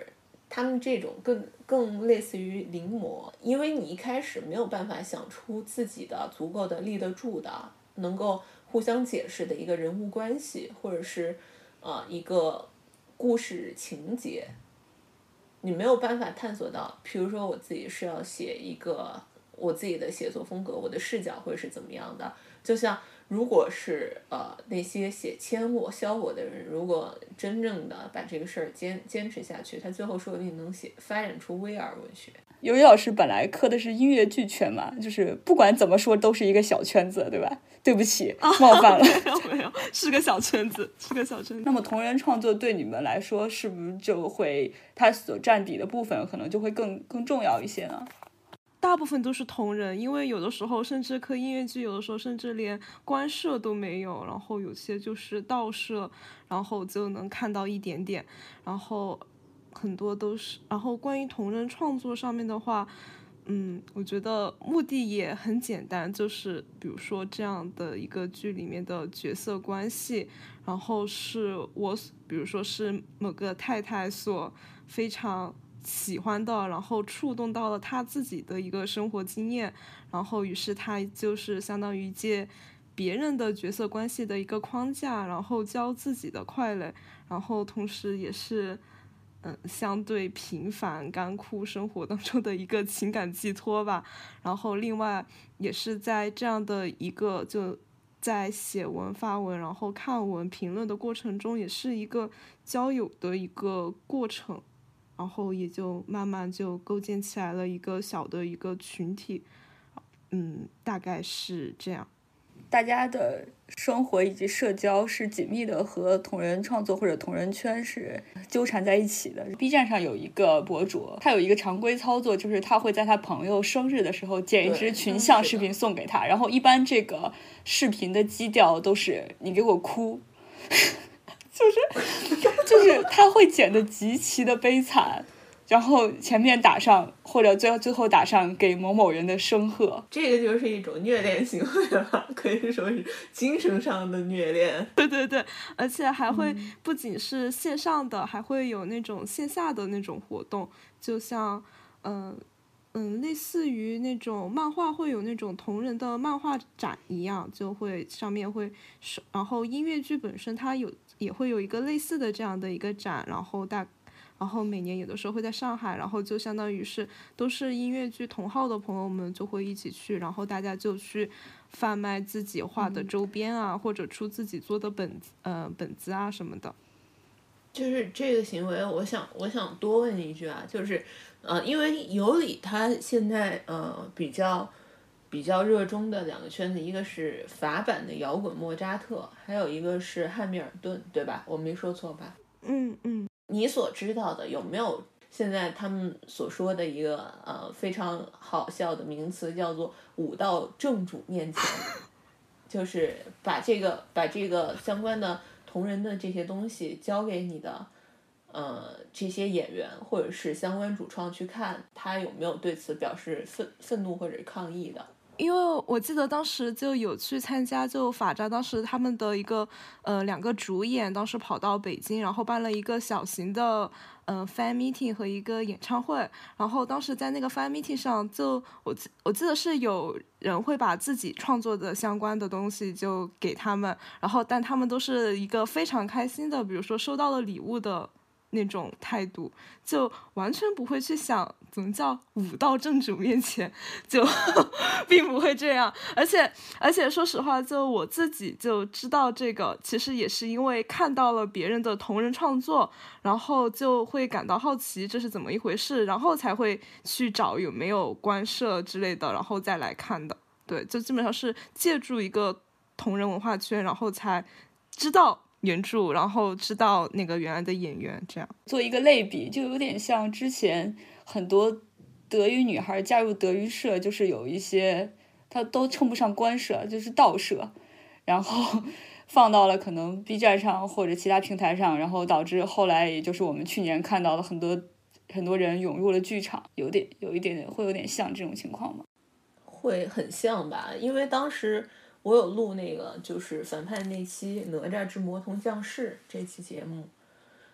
Speaker 1: 他们这种更更类似于临摹，因为你一开始没有办法想出自己的足够的立得住的能够互相解释的一个人物关系，或者是呃一个故事情节，你没有办法探索到，比如说我自己是要写一个我自己的写作风格，我的视角会是怎么样的，就像如果是呃那些写阡陌消我的人，如果真正的把这个事儿坚坚持下去，他最后说不定能写发展出威尔文学。
Speaker 2: 尤里老师本来磕的是音乐剧圈嘛，就是不管怎么说都是一个小圈子，对吧？对不起，冒犯了。
Speaker 3: 没有没有，是个小圈子，是个小圈子。
Speaker 2: 那么同人创作对你们来说，是不是就会它所占比的部分可能就会更更重要一些呢？
Speaker 3: 大部分都是同人，因为有的时候甚至磕音乐剧，有的时候甚至连官社都没有，然后有些就是道社，然后就能看到一点点，然后很多都是。然后关于同人创作上面的话，嗯，我觉得目的也很简单，就是比如说这样的一个剧里面的角色关系，然后是我比如说是某个太太所非常喜欢的，然后触动到了他自己的一个生活经验，然后于是他就是相当于借别人的角色关系的一个框架，然后教自己的快乐，然后同时也是嗯相对平凡干枯生活当中的一个情感寄托吧。然后另外也是在这样的一个就在写文发文然后看文评论的过程中，也是一个交友的一个过程，然后也就慢慢就构建起来了一个小的一个群体。嗯，大概是这样。
Speaker 2: 大家的生活以及社交是紧密的和同人创作或者同人圈是纠缠在一起的。 B 站上有一个博主，他有一个常规操作，就是他会在他朋友生日的时候剪一支群像视频送给他，然后一般这个视频的基调都是你给我哭就是就是他会剪得极其的悲惨，然后前面打上或者最后最后打上给某某人的生贺，
Speaker 1: 这个就是一种虐恋行为了，可以说是精神上的虐恋。
Speaker 3: 对对对，而且还会不仅是线上的，嗯、还会有那种线下的那种活动，就像嗯嗯，类似于那种漫画会有那种同人的漫画展一样，就会上面会，然后音乐剧本身它有也会有一个类似的这样的一个展，然后大。然后每年有的时候会在上海，然后就相当于是都是音乐剧同好的朋友们就会一起去，然后大家就去贩卖自己画的周边啊，嗯、或者出自己做的本子呃本子啊什么的。
Speaker 1: 就是这个行为，我想我想多问一句啊，就是呃，因为尤里他现在呃比较比较热衷的两个圈子，一个是法版的摇滚莫扎特，还有一个是汉密尔顿，对吧？我没说错吧？
Speaker 3: 嗯嗯。
Speaker 1: 你所知道的有没有现在他们所说的一个呃非常好笑的名词，叫做舞到正主面前，就是把这个把这个相关的同人的这些东西交给你的呃这些演员或者是相关主创去看，他有没有对此表示愤愤怒或者抗议的？
Speaker 3: 因为我记得当时就有去参加，就法扎当时他们的一个呃两个主演当时跑到北京，然后办了一个小型的呃 fan meeting 和一个演唱会，然后当时在那个 fan meeting 上就我我记得是有人会把自己创作的相关的东西就给他们，然后但他们都是一个非常开心的，比如说收到了礼物的那种态度，就完全不会去想怎么叫舞到正主面前，就并不会这样。而且而且说实话，就我自己就知道这个，其实也是因为看到了别人的同人创作，然后就会感到好奇这是怎么一回事，然后才会去找有没有官社之类的，然后再来看的。对，就基本上是借助一个同人文化圈，然后才知道原著，然后知道那个原来的演员，这样
Speaker 2: 做一个类比，就有点像之前很多德语女孩加入德语社，就是有一些她都称不上官社，就是道社，然后放到了可能 B 站上或者其他平台上，然后导致后来也就是我们去年看到了很多很多人涌入了剧场，有点有一点点会有点像这种情况吗？
Speaker 1: 会很像吧，因为当时我有录那个就是反派那期哪吒之魔童降世这期节目，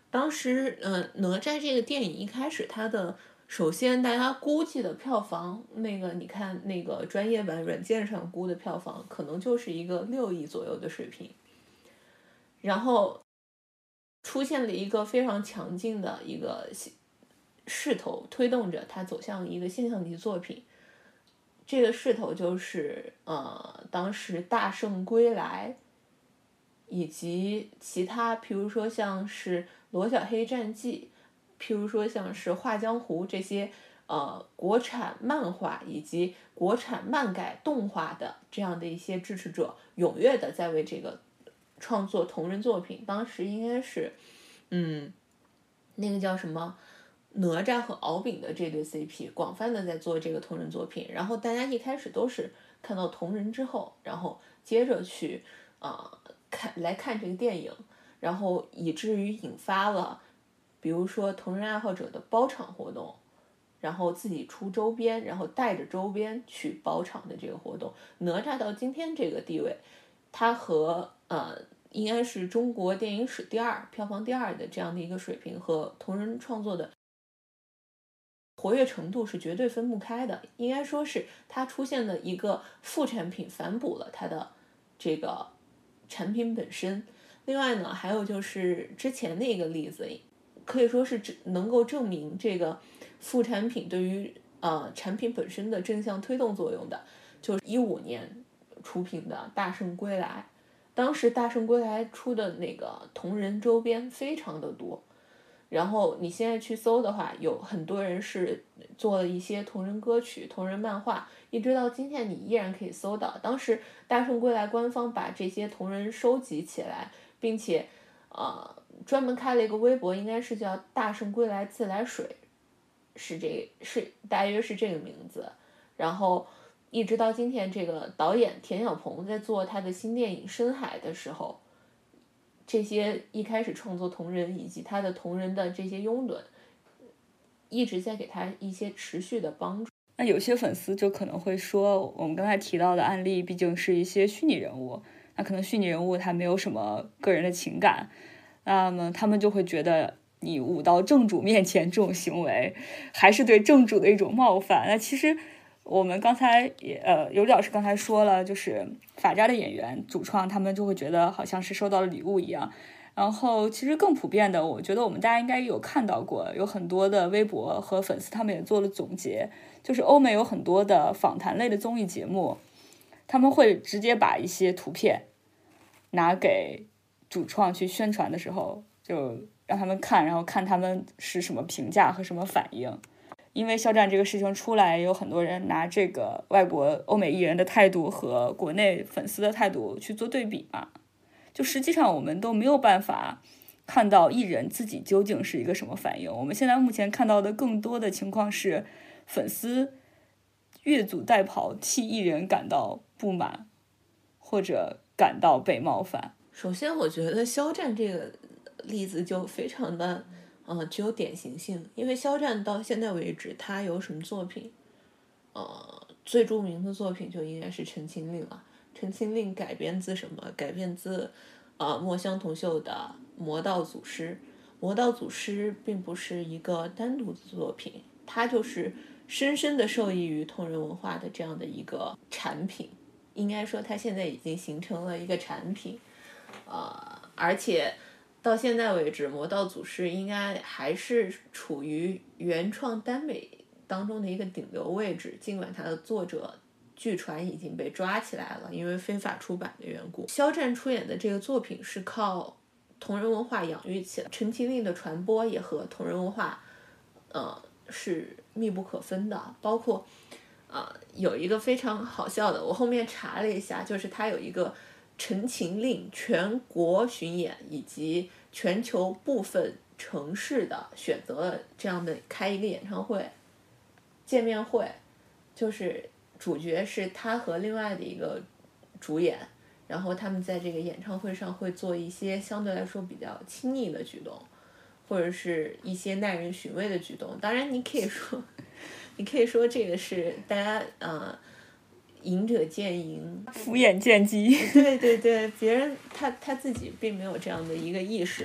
Speaker 1: 当时，嗯、呃，哪吒这个电影一开始，它的首先大家估计的票房，那个你看那个专业版软件上估的票房，可能就是一个六亿左右的水平。然后出现了一个非常强劲的一个势头，推动着它走向一个现象级作品。这个势头就是呃，当时《大圣归来》以及其他，譬如说像是《罗小黑战记》，譬如说像是《画江湖》这些呃国产漫画以及国产漫改动画的这样的一些支持者，踊跃的在为这个创作同人作品。当时应该是，嗯，那个叫什么？哪吒和敖丙的这对 C P 广泛的在做这个同人作品，然后大家一开始都是看到同人之后，然后接着去啊、呃、看来看这个电影，然后以至于引发了比如说同人爱好者的包场活动，然后自己出周边，然后带着周边去包场的这个活动。哪吒到今天这个地位，它和呃应该是中国电影史第二票房第二的这样的一个水平，和同人创作的活跃程度是绝对分不开的。应该说是它出现的一个副产品反哺了它的这个产品本身。另外呢，还有就是之前的一个例子，可以说是能够证明这个副产品对于呃产品本身的正向推动作用的，就是一五年出品的《大圣归来》。当时《大圣归来》出的那个同人周边非常的多，然后你现在去搜的话，有很多人是做了一些同人歌曲、同人漫画，一直到今天你依然可以搜到。当时大圣归来官方把这些同人收集起来，并且呃专门开了一个微博，应该是叫大圣归来自来水，是这是大约是这个名字。然后一直到今天，这个导演田晓鹏在做他的新电影《深海》的时候，这些一开始创作同人以及他的同人的这些拥趸，一直在给他一些持续的帮助。
Speaker 2: 那有些粉丝就可能会说，我们刚才提到的案例毕竟是一些虚拟人物，那可能虚拟人物他没有什么个人的情感，那么他们就会觉得你舞到正主面前这种行为还是对正主的一种冒犯。那其实我们刚才也呃，尤里老师刚才说了，就是法家的演员主创他们就会觉得好像是收到了礼物一样。然后其实更普遍的，我觉得我们大家应该有看到过，有很多的微博和粉丝他们也做了总结，就是欧美有很多的访谈类的综艺节目，他们会直接把一些图片拿给主创去宣传的时候，就让他们看，然后看他们是什么评价和什么反应。因为肖战这个事情出来，有很多人拿这个外国欧美艺人的态度和国内粉丝的态度去做对比嘛，就实际上我们都没有办法看到艺人自己究竟是一个什么反应。我们现在目前看到的更多的情况是粉丝越俎代庖，替艺人感到不满或者感到被冒犯。
Speaker 1: 首先我觉得肖战这个例子就非常的呃具有典型性，因为肖战到现在为止他有什么作品，呃最著名的作品就应该是《陈情令》了。《陈情令》改编自什么？改编自呃墨香铜臭的《魔道祖师》。《魔道祖师》并不是一个单独的作品，它就是深深的受益于同人文化的这样的一个产品。应该说它现在已经形成了一个产品，呃，而且到现在为止，《魔道祖师》应该还是处于原创耽美当中的一个顶流位置，尽管它的作者据传已经被抓起来了，因为非法出版的缘故。肖战出演的这个作品是靠同人文化养育起来，《陈情令》的传播也和同人文化呃是密不可分的。包括呃有一个非常好笑的，我后面查了一下，就是他有一个《陈情令》全国巡演以及全球部分城市的选择了这样的开一个演唱会见面会，就是主角是他和另外的一个主演，然后他们在这个演唱会上会做一些相对来说比较亲昵的举动，或者是一些耐人寻味的举动。当然你可以说你可以说这个是大家呃仁者见仁，
Speaker 2: 敷衍见机。
Speaker 1: 对对对，别人他他自己并没有这样的一个意识，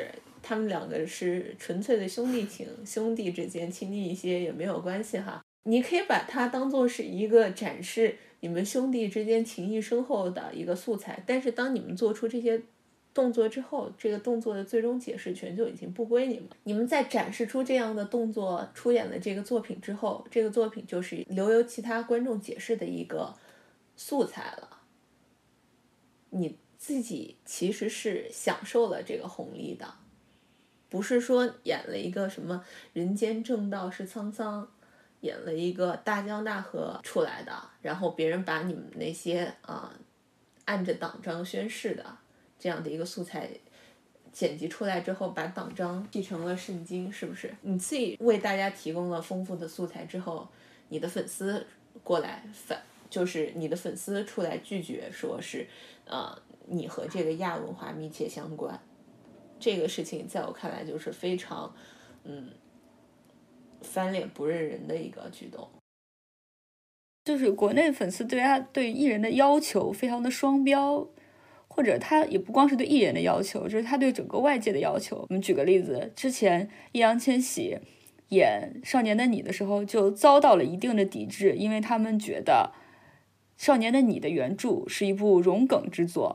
Speaker 1: 他们两个是纯粹的兄弟情，兄弟之间亲密一些也没有关系哈。你可以把它当做是一个展示你们兄弟之间情谊深厚的一个素材，但是当你们做出这些动作之后，这个动作的最终解释权就已经不归你们。你们在展示出这样的动作，出演了这个作品之后，这个作品就是留由其他观众解释的一个素材了。你自己其实是享受了这个红利的，不是说演了一个什么人间正道是沧桑，演了一个大江大河出来的，然后别人把你们那些啊、呃、按着党章宣誓的这样的一个素材剪辑出来之后，把党章继成了圣经，是不是？你自己为大家提供了丰富的素材之后，你的粉丝过来反，就是你的粉丝出来拒绝，说是呃你和这个亚文化密切相关，这个事情在我看来就是非常嗯翻脸不认人的一个举动。
Speaker 2: 就是国内粉丝对他对艺人的要求非常的双标，或者他也不光是对艺人的要求，就是他对整个外界的要求。我们举个例子，之前易烊千玺演《少年的你》的时候就遭到了一定的抵制，因为他们觉得《少年的你》的原著是一部融梗之作，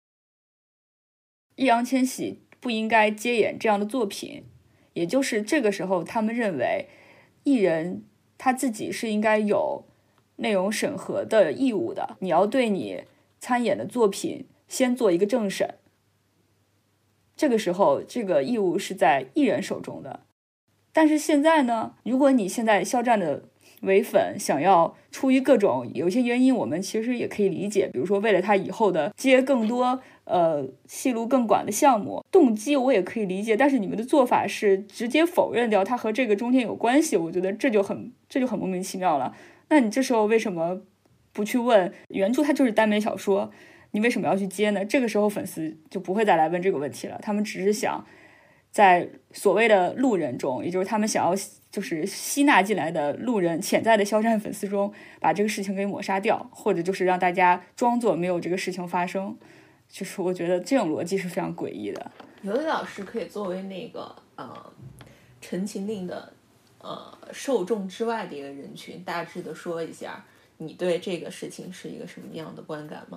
Speaker 2: 易烊千玺不应该接演这样的作品。也就是这个时候他们认为艺人他自己是应该有内容审核的义务的，你要对你参演的作品先做一个政审，这个时候这个义务是在艺人手中的。但是现在呢，如果你现在肖战的唯粉想要出于各种有些原因，我们其实也可以理解，比如说为了他以后的接更多呃戏路更广的项目，动机我也可以理解，但是你们的做法是直接否认掉他和这个中间有关系，我觉得这就很这就很莫名其妙了。那你这时候为什么不去问原著它就是单美小说，你为什么要去接呢？这个时候粉丝就不会再来问这个问题了，他们只是想在所谓的路人中，也就是他们想要就是吸纳进来的路人潜在的肖战粉丝中，把这个事情给抹杀掉，或者就是让大家装作没有这个事情发生。就是我觉得这种逻辑是非常诡异的。
Speaker 1: 刘磊老师可以作为那个呃陈情令的呃受众之外的一个人群，大致的说一下你对这个事情是一个什么样的观感吗？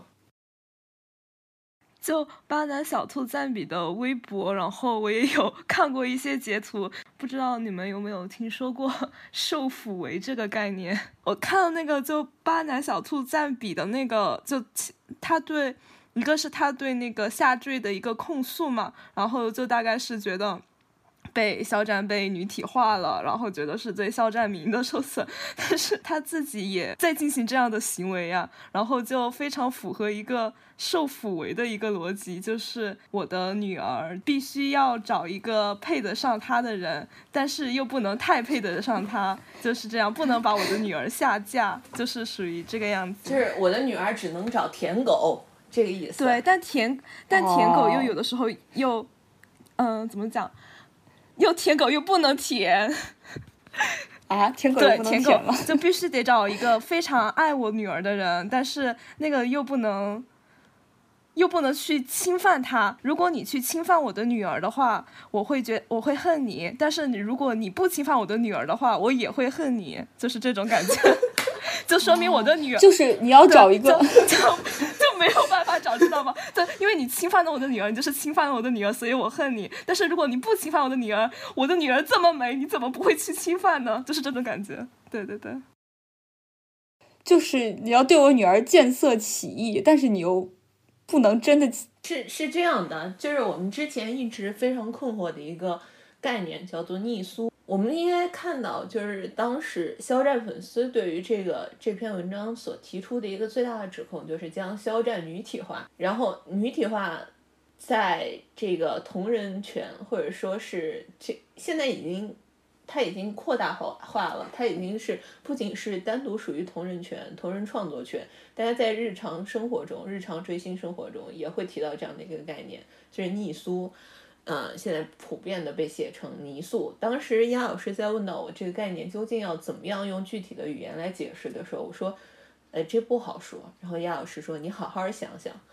Speaker 3: 就巴南小兔赞比的微博，然后我也有看过一些截图，不知道你们有没有听说过受腐为这个概念。我看了那个就巴南小兔赞比的那个，就他对一个是他对那个下坠的一个控诉嘛，然后就大概是觉得被肖战被女体化了，然后觉得是对肖战名誉的受损，但是他自己也在进行这样的行为呀，然后就非常符合一个受腐为的一个逻辑，就是我的女儿必须要找一个配得上她的人，但是又不能太配得上她，就是这样，不能把我的女儿下嫁，就是属于这个样子。
Speaker 1: 就是我的女儿只能找舔狗这个意思。
Speaker 3: 对，但舔但舔狗又有的时候又嗯、呃、怎么讲？又舔狗又不能舔
Speaker 2: 啊，舔狗又不能舔吗？
Speaker 3: 就必须得找一个非常爱我女儿的人，但是那个又不能又不能去侵犯她。如果你去侵犯我的女儿的话，我会觉我会恨你，但是你如果你不侵犯我的女儿的话，我也会恨你，就是这种感觉。就说明我的女儿、
Speaker 2: 哦、就是你要找一个
Speaker 3: 就 就, 就没有办法找，知道吗？对，因为你侵犯了我的女儿，你就是侵犯了我的女儿，所以我恨你。但是如果你不侵犯我的女儿，我的女儿这么美，你怎么不会去侵犯呢？就是这种感觉。对对对，
Speaker 2: 就是你要对我女儿见色起意，但是你又不能真的
Speaker 1: 是是这样的，就是我们之前一直非常困惑的一个概念叫做逆苏。我们应该看到，就是当时肖战粉丝对于这个这篇文章所提出的一个最大的指控，就是将肖战女体化。然后女体化在这个同人权，或者说是这现在已经它已经扩大化了，它已经是不仅是单独属于同人权、同人创作权，大家在日常生活中、日常追星生活中也会提到这样的一个概念，就是逆苏。呃，现在普遍的被写成泥塑。当时鸭老师在问到我这个概念究竟要怎么样用具体的语言来解释的时候，我说，呃，这不好说。然后鸭老师说，你好好想想。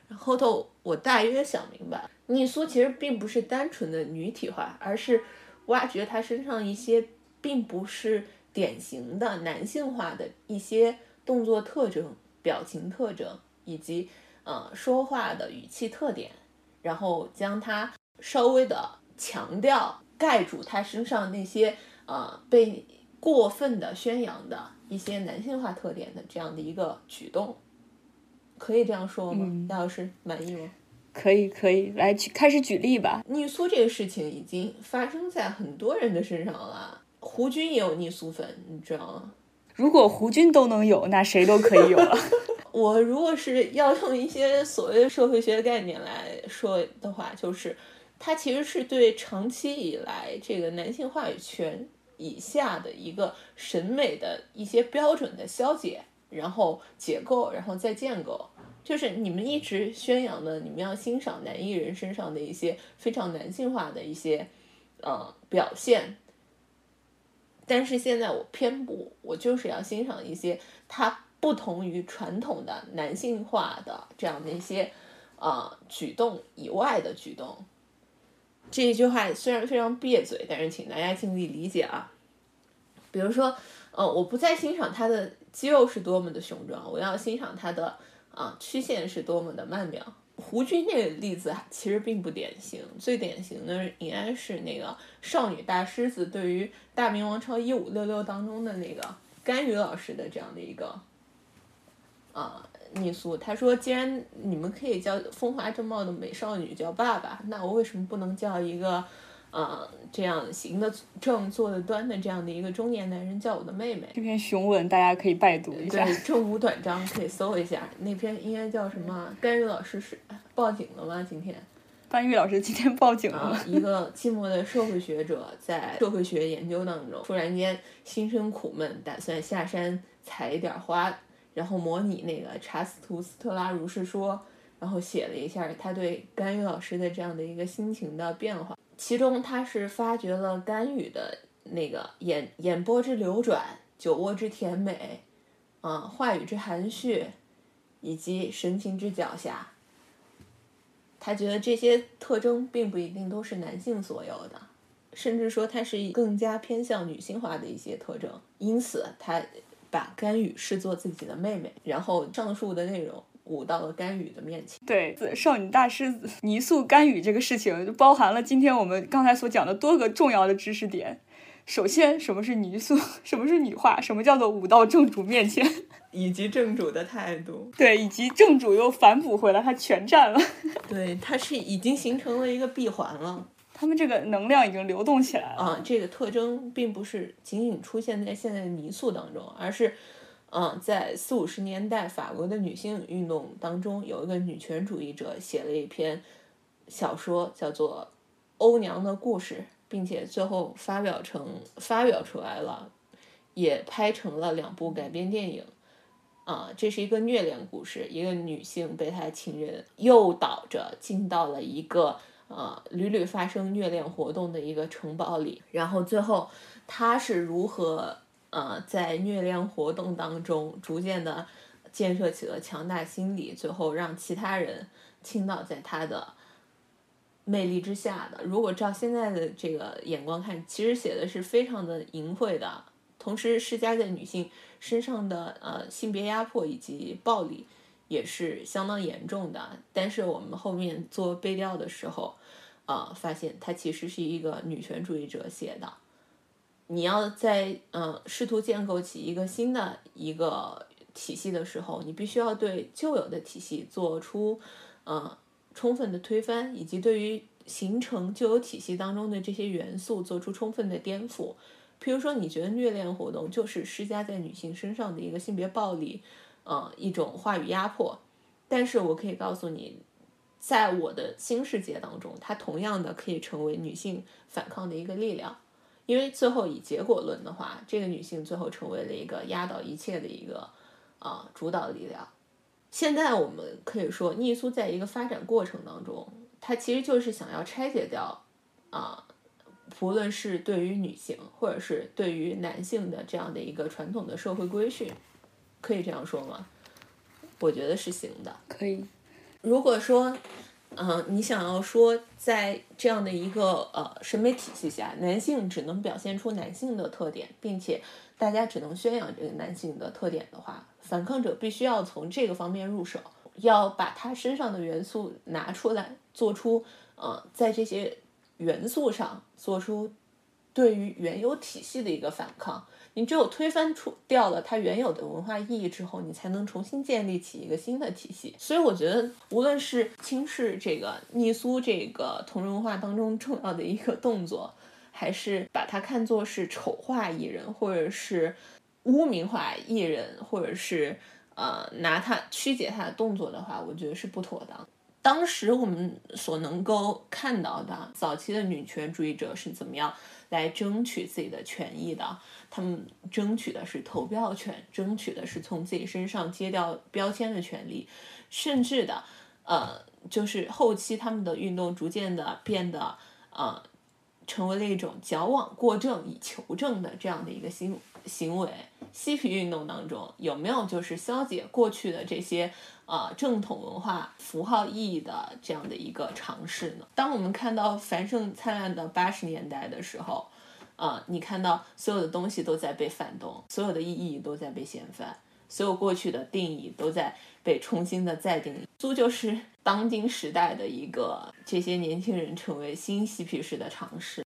Speaker 1: 后头我大约想明白，逆苏其实并不是单纯的女体化，而是挖掘她身上一些并不是典型的男性化的一些动作特征、表情特征以及呃说话的语气特点，然后将它稍微的强调盖住她身上那些呃被过分的宣扬的一些男性化特点的这样的一个举动。可以这样说吗？
Speaker 2: 嗯，
Speaker 1: 大老师满意吗？
Speaker 2: 可以可以，来举开始举例吧。
Speaker 1: 逆苏这个事情已经发生在很多人的身上了，胡军也有逆苏粉，你知道吗？
Speaker 2: 如果胡军都能有，那谁都可以有了。
Speaker 1: 我如果是要用一些所谓的社会学概念来说的话，就是它其实是对长期以来这个男性话语权以下的一个审美的一些标准的消解，然后解构，然后再建构。就是你们一直宣扬的，你们要欣赏男艺人身上的一些非常男性化的一些呃表现，但是现在我偏不，我就是要欣赏一些他不同于传统的男性化的这样的一些呃举动以外的举动。这一句话虽然非常别嘴，但是请大家尽力理解啊。比如说，呃，我不再欣赏他的肌肉是多么的雄壮，我要欣赏他的啊曲线是多么的曼妙。胡军这个例子其实并不典型，最典型的应该是那个少女大狮子对于《大明王朝一五六六》当中的那个甘雨老师的这样的一个啊逆苏。他说，既然你们可以叫风华正茂的美少女叫爸爸，那我为什么不能叫一个呃，这样行得正坐得端的这样的一个中年男人叫我的妹妹？
Speaker 2: 这篇雄文大家可以拜读一下，
Speaker 1: 对，正午短章可以搜一下，那篇应该叫什么？甘雨老师是报警了吗？今天
Speaker 2: 班玉老师今天报警了、
Speaker 1: 啊！一个寂寞的社会学者在社会学研究当中，突然间心生苦闷，打算下山采一点花，然后模拟那个查斯图斯特拉如是说，然后写了一下他对甘雨老师的这样的一个心情的变化。其中他是发掘了甘雨的那个眼眼波之流转、酒窝之甜美，啊、呃，话语之含蓄，以及神情之狡黠。他觉得这些特征并不一定都是男性所有的，甚至说它是更加偏向女性化的一些特征。因此，他把甘雨视作自己的妹妹，然后上述的内容舞到了甘雨的面前。
Speaker 2: 对，少女大狮子泥塑甘雨这个事情就包含了今天我们刚才所讲的多个重要的知识点。首先，什么是泥塑，什么是女化，什么叫做舞到正主面前，
Speaker 1: 以及正主的态度。
Speaker 2: 对，以及正主又反哺回来，他全占了。
Speaker 1: 对，它是已经形成了一个闭环了。
Speaker 2: 他们这个能量已经流动起来了
Speaker 1: 啊！这个特征并不是仅仅出现在现在的泥塑当中，而是嗯，在四五十年代法国的女性运动当中，有一个女权主义者写了一篇小说，叫做《欧娘的故事》，并且最后发表成发表出来了，也拍成了两部改编电影。啊，这是一个虐恋故事，一个女性被她情人诱导着进到了一个呃屡屡发生虐恋活动的一个城堡里，然后最后她是如何呃在虐恋活动当中逐渐的建设起了强大心理，最后让其他人倾倒在她的魅力之下的。如果照现在的这个眼光看，其实写的是非常的淫秽的，同时施加在女性身上的呃性别压迫以及暴力也是相当严重的。但是我们后面做背调的时候呃发现它其实是一个女权主义者写的。你要在呃试图建构起一个新的一个体系的时候，你必须要对旧有的体系做出呃充分的推翻，以及对于形成旧有体系当中的这些元素做出充分的颠覆。譬如说，你觉得虐恋活动就是施加在女性身上的一个性别暴力，呃，一种话语压迫，但是我可以告诉你，在我的新世界当中，它同样的可以成为女性反抗的一个力量。因为最后以结果论的话，这个女性最后成为了一个压倒一切的一个啊、呃、主导力量。现在我们可以说，逆苏在一个发展过程当中，它其实就是想要拆解掉啊。呃不论是对于女性或者是对于男性的这样的一个传统的社会规训，可以这样说吗？我觉得是行的。
Speaker 2: 可以。
Speaker 1: 如果说嗯、呃，你想要说在这样的一个呃审美体系下，男性只能表现出男性的特点，并且大家只能宣扬这个男性的特点的话，反抗者必须要从这个方面入手，要把他身上的元素拿出来，做出呃在这些元素上做出对于原有体系的一个反抗。你只有推翻出掉了它原有的文化意义之后，你才能重新建立起一个新的体系。所以我觉得无论是轻视这个逆苏这个同人文化当中重要的一个动作，还是把它看作是丑化艺人，或者是污名化艺人，或者是呃拿它曲解它的动作的话，我觉得是不妥当。当时我们所能够看到的早期的女权主义者是怎么样来争取自己的权益的，他们争取的是投票权，争取的是从自己身上揭掉标签的权利，甚至的呃，就是后期他们的运动逐渐的变得呃，成为了一种矫枉过正以求正的这样的一个行行为。嬉皮运动当中有没有就是消解过去的这些呃正统文化符号意义的这样的一个尝试呢？当我们看到繁盛灿烂的八十年代的时候，呃，你看到所有的东西都在被反动，所有的意义都在被掀翻，所有过去的定义都在被重新的再定义。苏就是当今时代的一个这些年轻人成为新嬉皮士的尝试。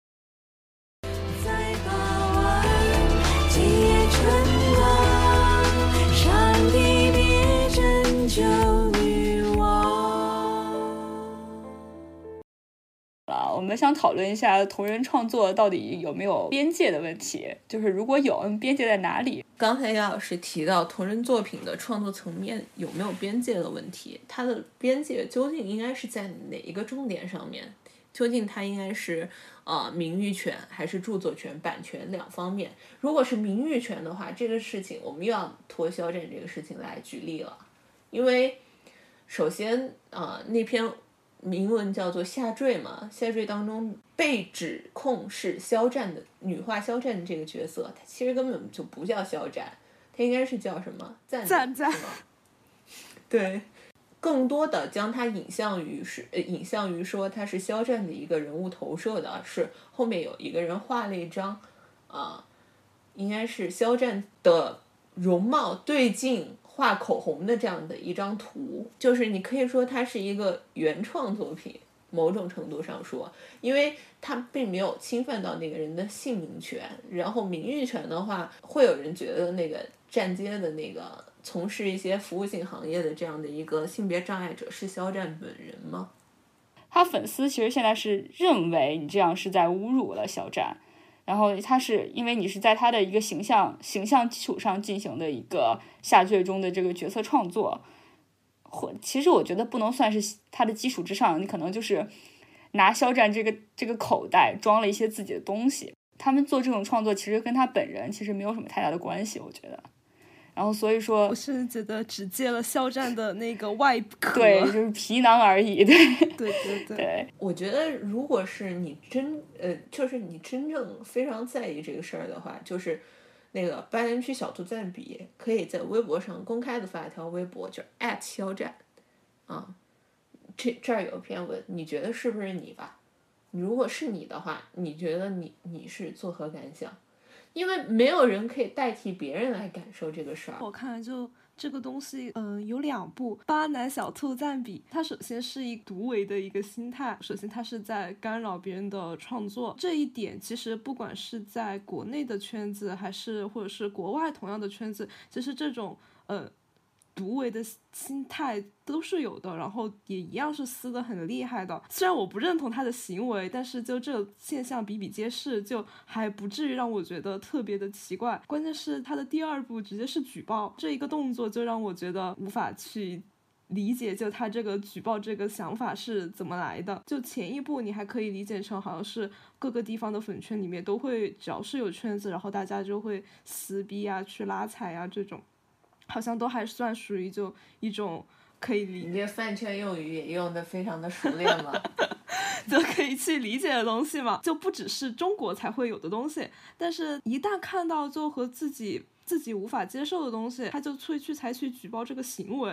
Speaker 2: 我们想讨论一下同人创作到底有没有边界的问题，就是如果有，边界在哪里？
Speaker 1: 刚才姚老师提到同人作品的创作层面有没有边界的问题，它的边界究竟应该是在哪一个重点上面？究竟它应该是呃名誉权还是著作权版权两方面？如果是名誉权的话，这个事情我们又要拖肖战这个事情来举例了，因为首先呃那篇铭文叫做下坠嘛，下坠当中被指控是肖战的女化肖战的这个角色，他其实根本就不叫肖战，他应该是叫什么赞
Speaker 3: 赞赞，
Speaker 1: 对，更多的将他引向于是呃引向于说他是肖战的一个人物投射的是后面有一个人画了一张啊、呃，应该是肖战的容貌对镜画口红的这样的一张图，就是你可以说它是一个原创作品，某种程度上说，因为它并没有侵犯到那个人的姓名权，然后名誉权的话，会有人觉得那个站街的那个从事一些服务性行业的这样的一个性别障碍者是肖战本人吗？
Speaker 2: 他粉丝其实现在是认为你这样是在侮辱了肖战，然后他是因为你是在他的一个形象形象基础上进行的一个下坠中的这个角色创作，或其实我觉得不能算是他的基础之上，你可能就是拿肖战这个这个口袋装了一些自己的东西。他们做这种创作其实跟他本人其实没有什么太大的关系，我觉得。然后所以说
Speaker 3: 我是觉得只借了肖战的那个外壳，
Speaker 2: 对，就是皮囊而已。对
Speaker 3: 对对对
Speaker 2: 对，
Speaker 1: 我觉得如果是你真呃，就是你真正非常在意这个事儿的话，就是那个八连区小兔赞比可以在微博上公开的发一条微博，就 at 肖战啊，这这儿有一篇文，你觉得是不是你吧？如果是你的话，你觉得你你是作何感想？因为没有人可以代替别人来感受这个事儿。
Speaker 3: 我看来就这个东西，嗯、呃，有两部《巴南小兔赞比》，它首先是一独为的一个心态，首先它是在干扰别人的创作，这一点其实不管是在国内的圈子，还是或者是国外同样的圈子，其实这种呃独为的心态都是有的，然后也一样是撕得很厉害的。虽然我不认同他的行为，但是就这个现象比比皆是，就还不至于让我觉得特别的奇怪。关键是他的第二步直接是举报，这一个动作就让我觉得无法去理解，就他这个举报这个想法是怎么来的。就前一步你还可以理解成好像是各个地方的粉圈里面都会，只要是有圈子，然后大家就会撕逼啊，去拉踩啊，这种好像都还算属于就一种可以理解，
Speaker 1: 你这饭圈用语也用得非常的熟练嘛
Speaker 3: 就可以去理解的东西嘛，就不只是中国才会有的东西，但是一旦看到就和自己自己无法接受的东西，他就会去采取举报这个行为，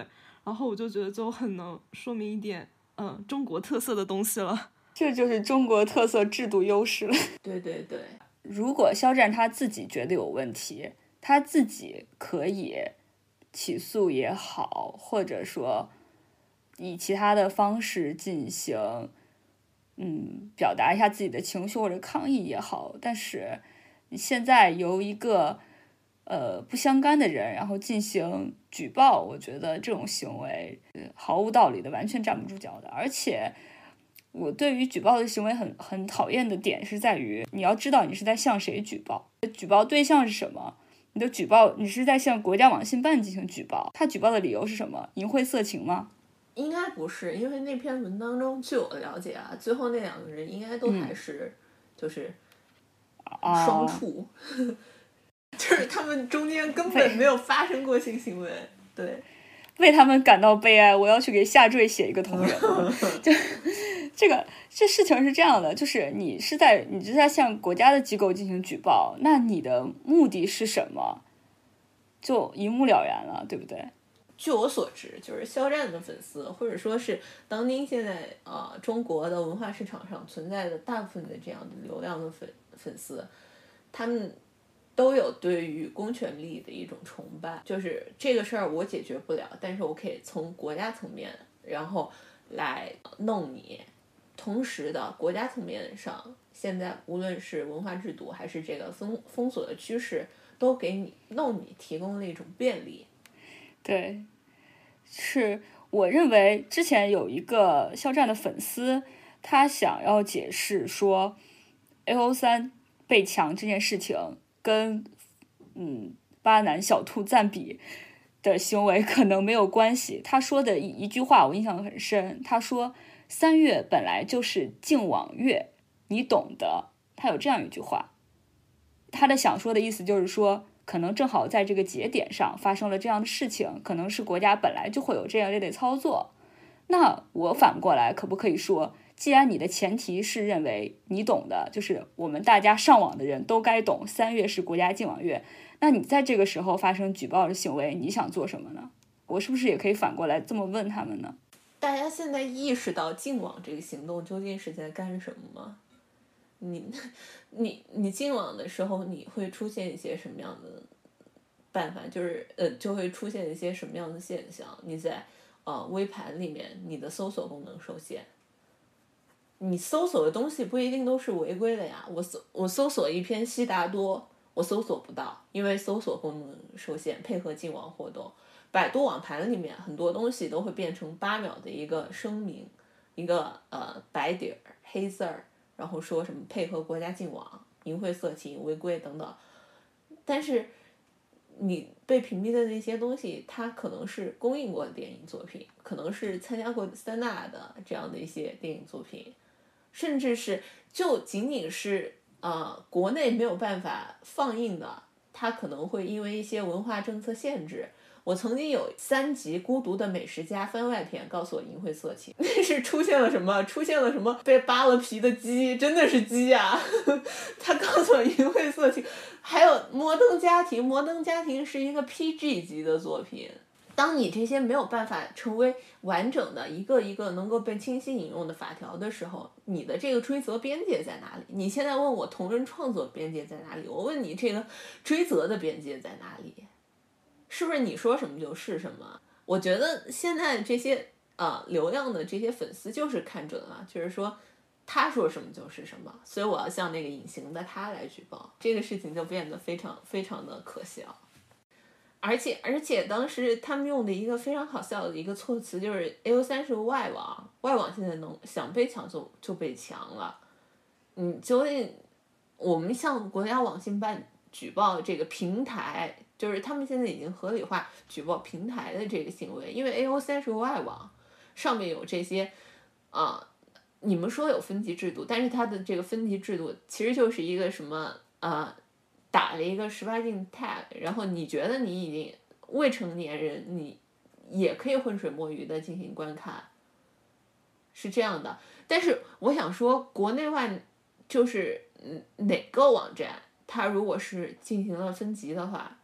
Speaker 3: 然后我就觉得就很能说明一点嗯中国特色的东西了。
Speaker 2: 这就是中国特色制度优势了。
Speaker 1: 对对对，
Speaker 2: 如果肖战他自己觉得有问题，他自己可以起诉也好，或者说以其他的方式进行嗯表达一下自己的情绪或者抗议也好，但是你现在由一个呃不相干的人然后进行举报，我觉得这种行为、呃、毫无道理的，完全站不住脚的。而且我对于举报的行为很很讨厌的点是在于，你要知道你是在向谁举报，举报对象是什么。你的举报，你是在向国家网信办进行举报，他举报的理由是什么？淫秽色情吗？
Speaker 1: 应该不是，因为那篇文当中，据我了解啊，最后那两个人应该都还是、嗯、就是双处、哦、就是他们中间根本没有发生过性行为。对，
Speaker 2: 为他们感到悲哀，我要去给下坠写一个同人。就这个这事情是这样的，就是你是在你是在向国家的机构进行举报，那你的目的是什么？就一目了然了，对不对？
Speaker 1: 据我所知，就是肖战的粉丝，或者说是当今现在呃中国的文化市场上存在的大部分的这样的流量的粉粉丝，他们都有对于公权力的一种崇拜。就是这个事儿我解决不了，但是我可以从国家层面然后来弄你。同时的国家层面上，现在无论是文化制度还是这个封封锁的趋势，都给你弄你提供了一种便利。
Speaker 2: 对，是我认为之前有一个肖战的粉丝，他想要解释说 A O 三 被强这件事情跟嗯巴南小兔赞比的行为可能没有关系。他说的一一句话我印象很深，他说三月本来就是净网月，你懂的。他有这样一句话，他的想说的意思就是说，可能正好在这个节点上发生了这样的事情，可能是国家本来就会有这样一类操作。那我反过来可不可以说，既然你的前提是认为你懂的，就是我们大家上网的人都该懂三月是国家净网月，那你在这个时候发生举报的行为，你想做什么呢？我是不是也可以反过来这么问他们呢？
Speaker 1: 大家现在意识到净网这个行动究竟是在干什么吗？你你你净网的时候，你会出现一些什么样的办法？就是呃，就会出现一些什么样的现象？你在呃微盘里面，你的搜索功能受限，你搜索的东西不一定都是违规的呀。我搜我搜索一篇悉达多，我搜索不到，因为搜索功能受限，配合净网活动。百度网盘里面很多东西都会变成八秒的一个声明，一个呃白底儿黑字儿，然后说什么配合国家净网、淫秽色情、违规等等。但是你被屏蔽的那些东西，它可能是公映过的电影作品，可能是参加过三大的这样的一些电影作品，甚至是就仅仅是呃国内没有办法放映的，它可能会因为一些文化政策限制。我曾经有三集《孤独的美食家》番外篇，告诉我淫秽色情，那是出现了什么？出现了什么被扒了皮的鸡，真的是鸡啊！他告诉我淫秽色情。还有《摩登家庭》，《摩登家庭》是一个 P G 级的作品。当你这些没有办法成为完整的一个一个能够被清晰引用的法条的时候，你的这个追责边界在哪里？你现在问我同人创作边界在哪里，我问你这个追责的边界在哪里？是不是你说什么就是什么？我觉得现在这些呃流量的这些粉丝就是看准了，就是说他说什么就是什么，所以我要向那个隐形的他来举报，这个事情就变得非常非常的可笑。而且而且当时他们用的一个非常好笑的一个措辞，就是 A O 三 是个外网，外网现在能想被抢就就被抢了。嗯，究竟我们向国家网信办举报这个平台，就是他们现在已经合理化举报平台的这个行为，因为 A O 三 是个外网，上面有这些啊、呃，你们说有分级制度，但是它的这个分级制度其实就是一个什么呃，打了一个十八禁 tag， 然后你觉得你已经未成年人，你也可以浑水摸鱼的进行观看，是这样的。但是我想说，国内外就是哪个网站，它如果是进行了分级的话，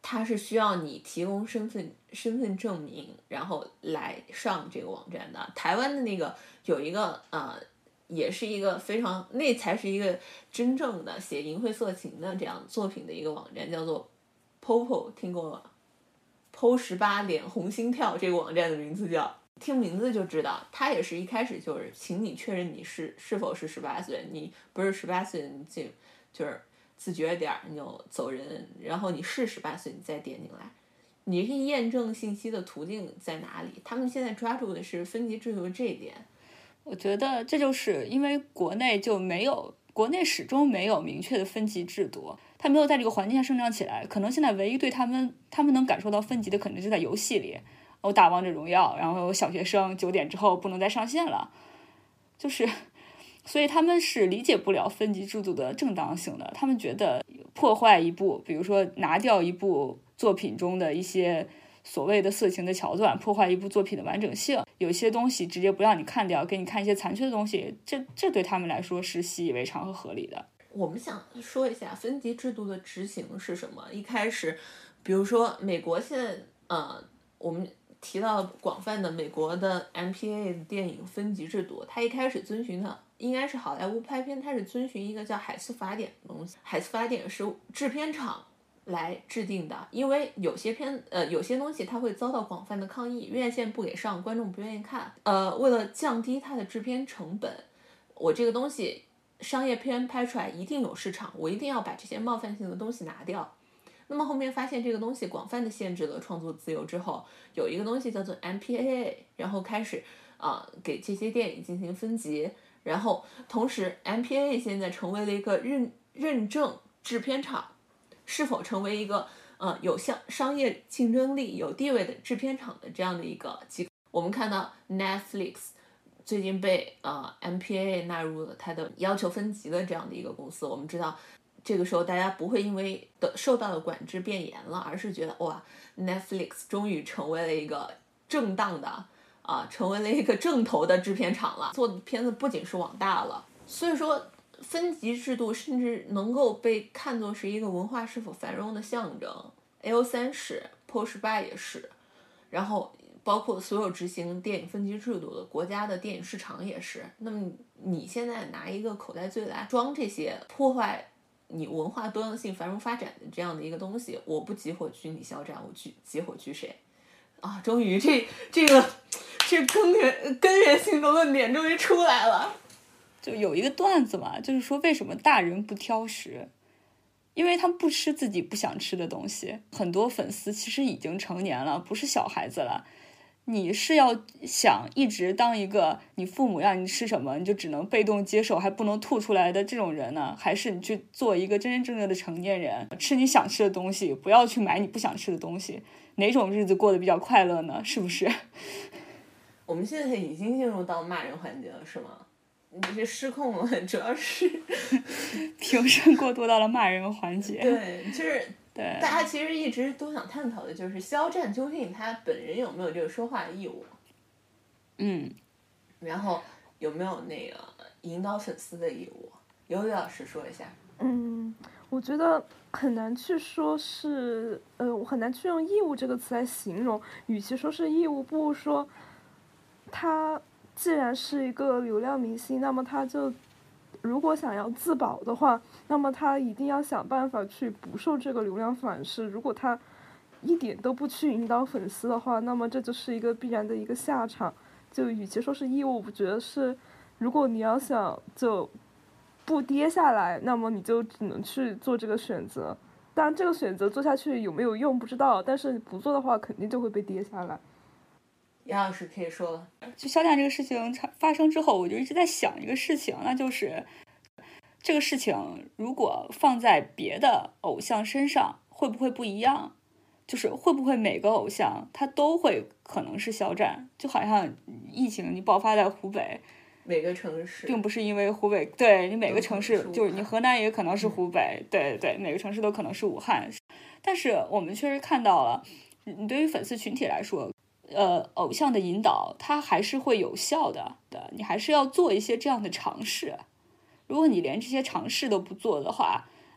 Speaker 1: 它是需要你提供身份身份证明，然后来上这个网站的。台湾的那个有一个呃，也是一个非常，那才是一个真正的写淫秽色情的这样作品的一个网站，叫做 P O P O， 听过吗 ？P O 十八脸红心跳，这个网站的名字叫。听名字就知道，他也是一开始就是请你确认你是是否是十八岁，你不是十八岁，你就就是自觉点你就走人，然后你是十八岁，你再点进来。你是验证信息的途径在哪里？他们现在抓住的是分级制度这一点。
Speaker 2: 我觉得这就是因为国内就没有，国内始终没有明确的分级制度，他没有在这个环境下生长起来。可能现在唯一对他们他们能感受到分级的，可能就在游戏里。哦，打王者荣耀，然后小学生九点之后不能再上线了，就是，所以他们是理解不了分级制度的正当性的。他们觉得破坏一部，比如说拿掉一部作品中的一些所谓的色情的桥段，破坏一部作品的完整性，有些东西直接不让你看掉，给你看一些残缺的东西，这这对他们来说是习以为常和合理的。
Speaker 1: 我们想说一下分级制度的执行是什么。一开始，比如说美国现在，呃，我们提到广泛的美国的 M P A 的电影分级制度，它一开始遵循的应该是好莱坞拍片，它是遵循一个叫海斯法典的东西。海斯法典是制片厂来制定的，因为有些片呃有些东西它会遭到广泛的抗议，院线不给上，观众不愿意看。呃，为了降低它的制片成本，我这个东西商业片拍出来一定有市场，我一定要把这些冒犯性的东西拿掉。那么后面发现这个东西广泛的限制了创作自由之后，有一个东西叫做 M P A A， 然后开始啊、呃、给这些电影进行分级，然后同时 M P A A 现在成为了一个认认证制片厂是否成为一个呃有商商业竞争力、有地位的制片厂的这样的一个机构。我们看到 Netflix 最近被呃 M P A A 纳入了它的要求分级的这样的一个公司，我们知道。这个时候大家不会因为的受到的管制变严了，而是觉得哇 Netflix 终于成为了一个正当的啊，成为了一个正头的制片厂了，做的片子不仅是网大了。所以说分级制度甚至能够被看作是一个文化是否繁荣的象征。 L 三 是 P O 十八也是，然后包括所有执行电影分级制度的国家的电影市场也是。那么你现在拿一个口袋罪来装这些破坏你文化多样性繁荣发展的这样的一个东西，我不集火狙你肖战，我狙集火狙谁啊？终于这这个这根源根源性的论点终于出来了。
Speaker 2: 就有一个段子嘛，就是说为什么大人不挑食，因为他们不吃自己不想吃的东西。很多粉丝其实已经成年了，不是小孩子了。你是要想一直当一个你父母让你吃什么你就只能被动接受还不能吐出来的这种人呢，还是你去做一个真真正正的成年人，吃你想吃的东西，不要去买你不想吃的东西？哪种日子过得比较快乐呢？是不是？
Speaker 1: 我们现在已经进入到骂人环节了，是吗？你这失控了，主要是
Speaker 2: 评审过渡到了骂人环节。
Speaker 1: 对，就是
Speaker 2: 对
Speaker 1: 大家其实一直都想探讨的就是肖战究竟他本人有没有这个说话的义务，
Speaker 2: 嗯，
Speaker 1: 然后有没有那个引导粉丝的义务？尤里老师说一下。
Speaker 3: 嗯，我觉得很难去说是，呃，我很难去用义务这个词来形容。与其说是义务，不如说他既然是一个流量明星，那么他就如果想要自保的话，那么他一定要想办法去不受这个流量反噬。如果他一点都不去引导粉丝的话，那么这就是一个必然的一个下场。就与其说是义务，我觉得是，如果你要想就不跌下来，那么你就只能去做这个选择。当然，这个选择做下去有没有用不知道，但是不做的话，肯定就会被跌下来。
Speaker 1: 杨老师可以说了。
Speaker 2: 就肖战这个事情发生之后，我就一直在想一个事情，那就是这个事情如果放在别的偶像身上会不会不一样，就是会不会每个偶像他都会可能是肖战。就好像疫情你爆发在湖北，
Speaker 1: 每个城市
Speaker 2: 并不是因为湖北，对，你每个城市就是你河南也可能是湖北、嗯、对对，每个城市都可能是武汉。但是我们确实看到了，你对于粉丝群体来说，呃，偶像的引导它还是会有效的的，你还是要做一些这样的尝试。如果你连这些尝试都不做的话，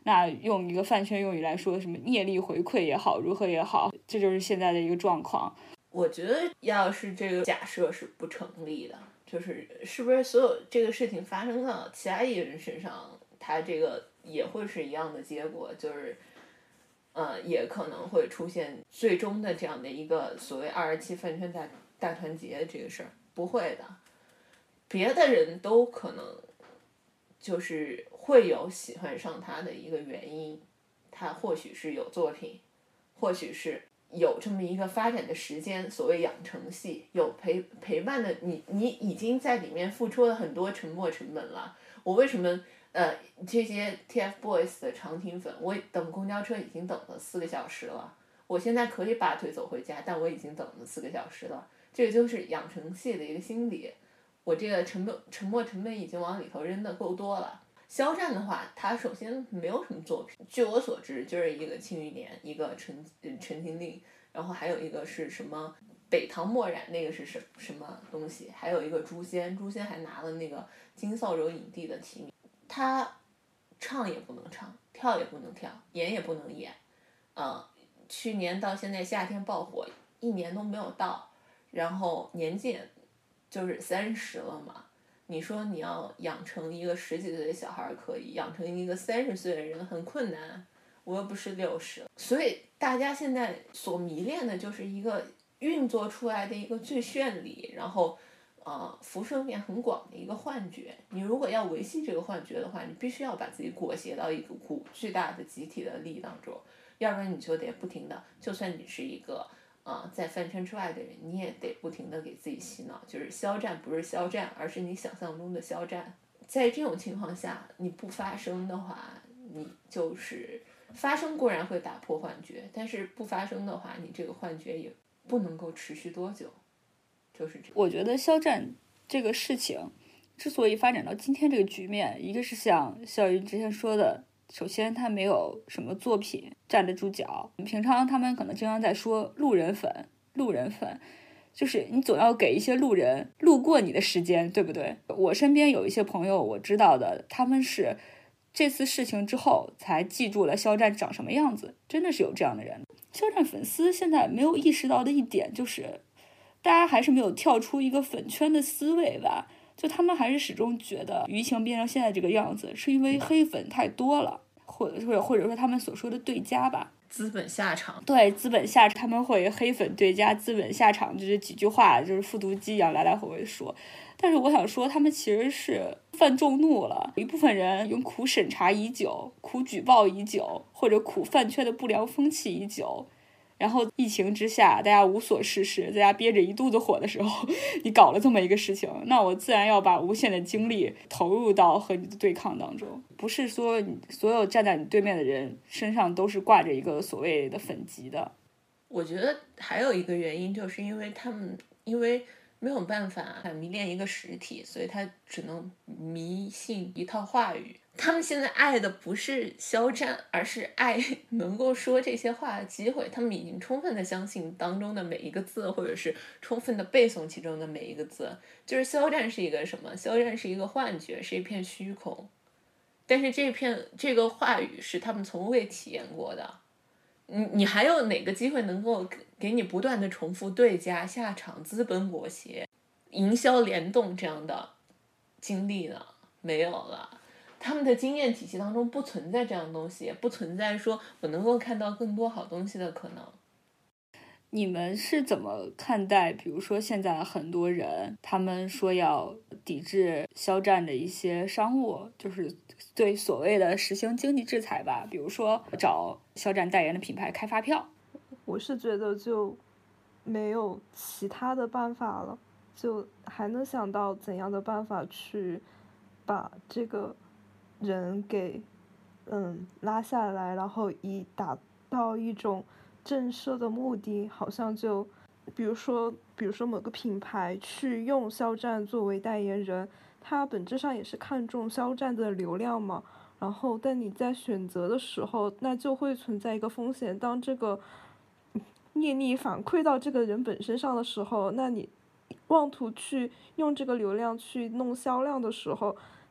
Speaker 2: 那用一个饭圈用语来说，什么业力回馈也好，如何也好，这就是现在的一个状况。
Speaker 1: 我觉得要是这个假设是不成立的，就是是不是所有这个事情发生到其他艺人身上，他这个也会是一样的结果，就是呃，也可能会出现最终的这样的一个所谓二十七饭圈大大团结这个事儿，不会的，别的人都可能就是会有喜欢上他的一个原因，他或许是有作品，或许是有这么一个发展的时间，所谓养成系，有陪陪伴的你，你已经在里面付出了很多沉没成本了。我为什么呃这些 TFBOYS 的常青粉，我等公交车已经等了四个小时了，我现在可以拔腿走回家，但我已经等了四个小时了。这个就是养成系的一个心理，我这个沉本沉没成本已经往里头扔的够多了。肖战的话，他首先没有什么作品，据我所知就是一个《庆余年》，一个陈陈情令，然后还有一个是什么北唐墨染，那个是什什么东西，还有一个诛仙，诛仙还拿了那个金扫帚影帝的提名。他唱也不能唱，跳也不能跳，演也不能演，呃，去年到现在夏天爆火，一年都没有到，然后年纪就是三十了嘛。你说你要养成一个十几岁的小孩可以，养成一个三十岁的人很困难，我又不是六十，所以大家现在所迷恋的就是一个运作出来的一个最绚丽，然后呃辐射面很广的一个幻觉。你如果要维系这个幻觉的话，你必须要把自己裹挟到一个股巨大的集体的力当中，要不然你就得不停的，就算你是一个啊、呃，在饭圈之外的人，你也得不停的给自己洗脑，就是肖战不是肖战，而是你想象中的肖战。在这种情况下，你不发声的话，你就是发声固然会打破幻觉，但是不发声的话，你这个幻觉也不能够持续多久。就是这样。
Speaker 2: 我觉得肖战这个事情之所以发展到今天这个局面，一个是像肖云之前说的，首先他没有什么作品站得住脚，平常他们可能经常在说路人粉路人粉，就是你总要给一些路人路过你的时间，对不对？我身边有一些朋友我知道的，他们是这次事情之后才记住了肖战长什么样子，真的是有这样的人。肖战粉丝现在没有意识到的一点就是大家还是没有跳出一个粉圈的思维吧，就他们还是始终觉得舆情变成现在这个样子是因为黑粉太多了，或者或者或者说他们所说的对家吧，
Speaker 1: 资本下场。
Speaker 2: 对，资本下场，他们会黑粉对家，资本下场，就是几句话就是复读机一样来来回回说。但是我想说他们其实是犯众怒了，一部分人用苦审查已久，苦举报已久，或者苦饭圈的不良风气已久，然后疫情之下大家无所事事，在家憋着一肚子火的时候，你搞了这么一个事情，那我自然要把无限的精力投入到和你的对抗当中。不是说你所有站在你对面的人身上都是挂着一个所谓的粉籍的。
Speaker 1: 我觉得还有一个原因，就是因为他们因为没有办法迷恋一个实体，所以他只能迷信一套话语。他们现在爱的不是肖战，而是爱能够说这些话的机会。他们已经充分的相信当中的每一个字，或者是充分的背诵其中的每一个字。就是肖战是一个什么？肖战是一个幻觉，是一片虚空。但是这片这个话语是他们从未体验过的。你你还有哪个机会能够给你不断的重复对家下场、资本裹挟、营销联动这样的经历呢？没有了。他们的经验体系当中不存在这样的东西，也不存在说我能够看到更多好东西的可能。
Speaker 2: 你们是怎么看待比如说现在很多人他们说要抵制肖战的一些商务，就是对所谓的实行经济制裁吧，比如说找肖战代言的品牌开发票？
Speaker 3: 我是觉得就没有其他的办法了，就还能想到怎样的办法去把这个人给嗯拉下来，然后以达到一种震慑的目的。好像就比如说比如说某个品牌去用肖战作为代言人，它本质上也是看重肖战的流量嘛，然后但你在选择的时候，那就会存在一个风险，当这个业力反馈到这个人本身上的时候，那你妄图去用这个流量去弄销量的时候，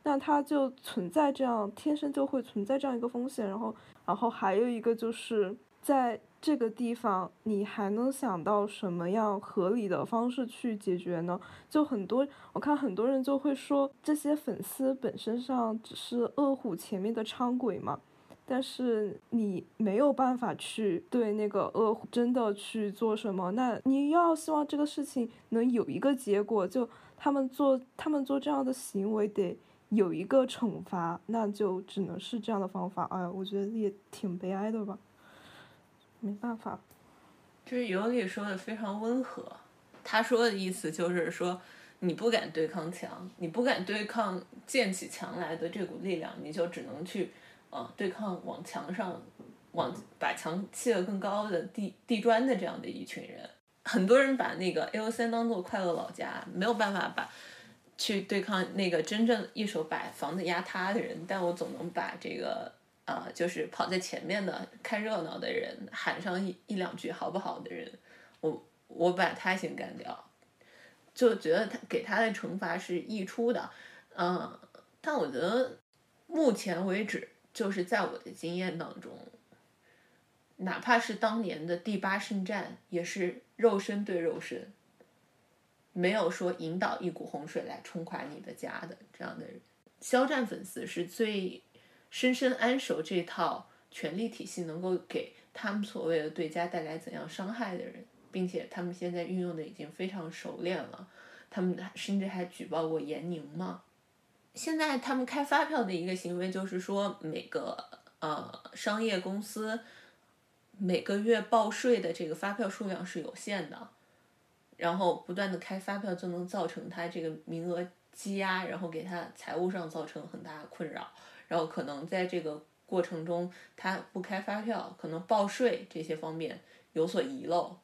Speaker 3: 那它就存在这样，天生就会存在这样一个风险。然后，然后还有一个就是在这个地方，你还能想到什么样合理的方式去解决呢？就很多，我看很多人就会说，这些粉丝本身上只是恶虎前面的伥鬼嘛。但是你没有办法去对那个恶虎真的去做什么，那你要希望这个事情能有一个结果，就他们做他们做这样的行为得有一个惩罚，那就只能是这样的方法。哎，我觉得也挺悲哀的吧，没办法。
Speaker 1: 就是尤里说的非常温和，他说的意思就是说，你不敢对抗墙，你不敢对抗建起墙来的这股力量，你就只能去呃对抗往墙上往把墙砌得更高的地地砖的这样的一群人。很多人把那个 A O 三当做快乐老家，没有办法把去对抗那个真正一手把房子压塌的人，但我总能把这个呃，就是跑在前面的看热闹的人喊上一一两句好不好的人，我我把他先干掉，就觉得他给他的惩罚是溢出的，嗯、呃，但我觉得目前为止，就是在我的经验当中，哪怕是当年的第八圣战，也是肉身对肉身，没有说引导一股洪水来冲垮你的家的这样的人。肖战粉丝是最深深谙熟这套权力体系能够给他们所谓的对家带来怎样伤害的人，并且他们现在运用的已经非常熟练了，他们甚至还举报过严宁嘛。现在他们开发票的一个行为就是说，每个呃商业公司每个月报税的这个发票数量是有限的，然后不断的开发票就能造成他这个名额积压，然后给他财务上造成很大的困扰，然后可能在这个过程中他不开发票，可能报税这些方面有所遗漏，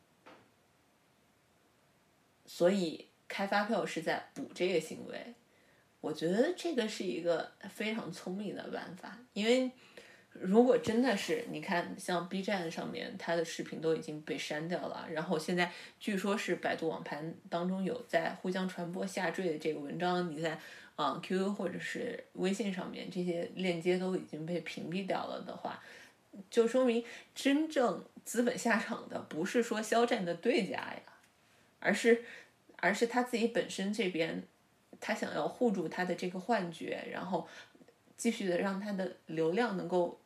Speaker 1: 所以开发票是在补这个行为。我觉得这个是一个非常聪明的办法，因为如果真的是你看像 B 站上面它的视频都已经被删掉了，然后现在据说是百度网盘当中有在互相传播下坠的这个文章，你在啊、呃、Q Q 或者是微信上面这些链接都已经被屏蔽掉了的话，就说明真正资本下场的不是说肖战的对家呀，而是而是他自己本身这边，他想要护住他的这个幻觉，然后继续的让他的流量能够，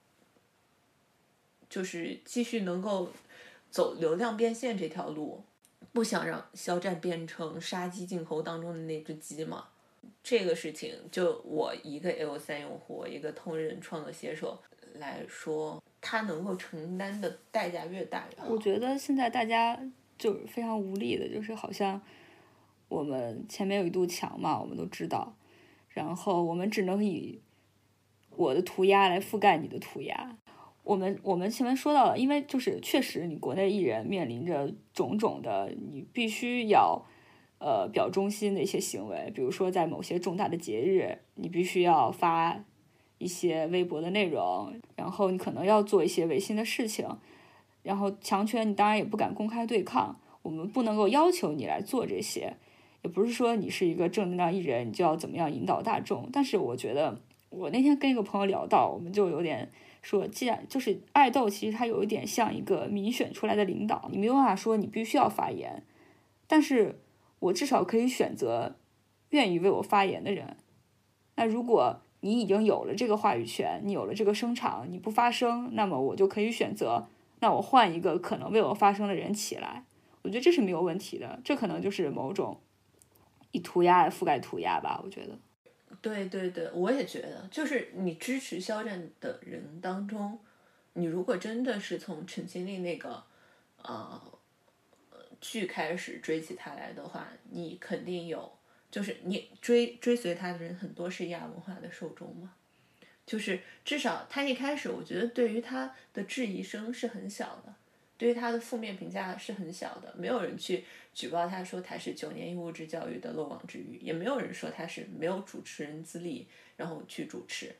Speaker 1: 就是继续能够走流量变现这条路，不想让肖战变成杀鸡儆猴当中的那只鸡嘛。这个事情就我一个 A O 三用户，我一个同人创作写手来说，他能够承担的代价越大越好。
Speaker 2: 我觉得现在大家就是非常无力的，就是好像我们前面有一堵墙嘛，我们都知道，然后我们只能以我的涂鸦来覆盖你的涂鸦。我们我们前面说到了，因为就是确实你国内艺人面临着种种的你必须要呃表忠心的一些行为，比如说在某些重大的节日你必须要发一些微博的内容，然后你可能要做一些违心的事情，然后强权你当然也不敢公开对抗，我们不能够要求你来做这些，也不是说你是一个正能量艺人你就要怎么样引导大众。但是我觉得我那天跟一个朋友聊到，我们就有点说，既然就是爱豆其实它有一点像一个民选出来的领导，你没有办法说你必须要发言，但是我至少可以选择愿意为我发言的人。那如果你已经有了这个话语权，你有了这个声场，你不发声，那么我就可以选择，那我换一个可能为我发声的人起来。我觉得这是没有问题的，这可能就是某种以涂鸦来覆盖涂鸦吧，我觉得。
Speaker 1: 对对对，我也觉得，就是你支持肖战的人当中，你如果真的是从陈情令那个呃剧开始追起他来的话，你肯定有，就是你追追随他的人很多是亚文化的受众嘛，就是至少他一开始，我觉得对于他的质疑声是很小的，对于他的负面评价是很小的，没有人去举报他说他是九年义务制教育的漏网之鱼，也没有人说他是没有主持人资历然后去主持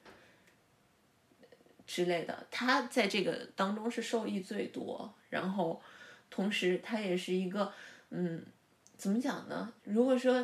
Speaker 1: 之类的。他在这个当中是受益最多，然后同时他也是一个嗯怎么讲呢，如果说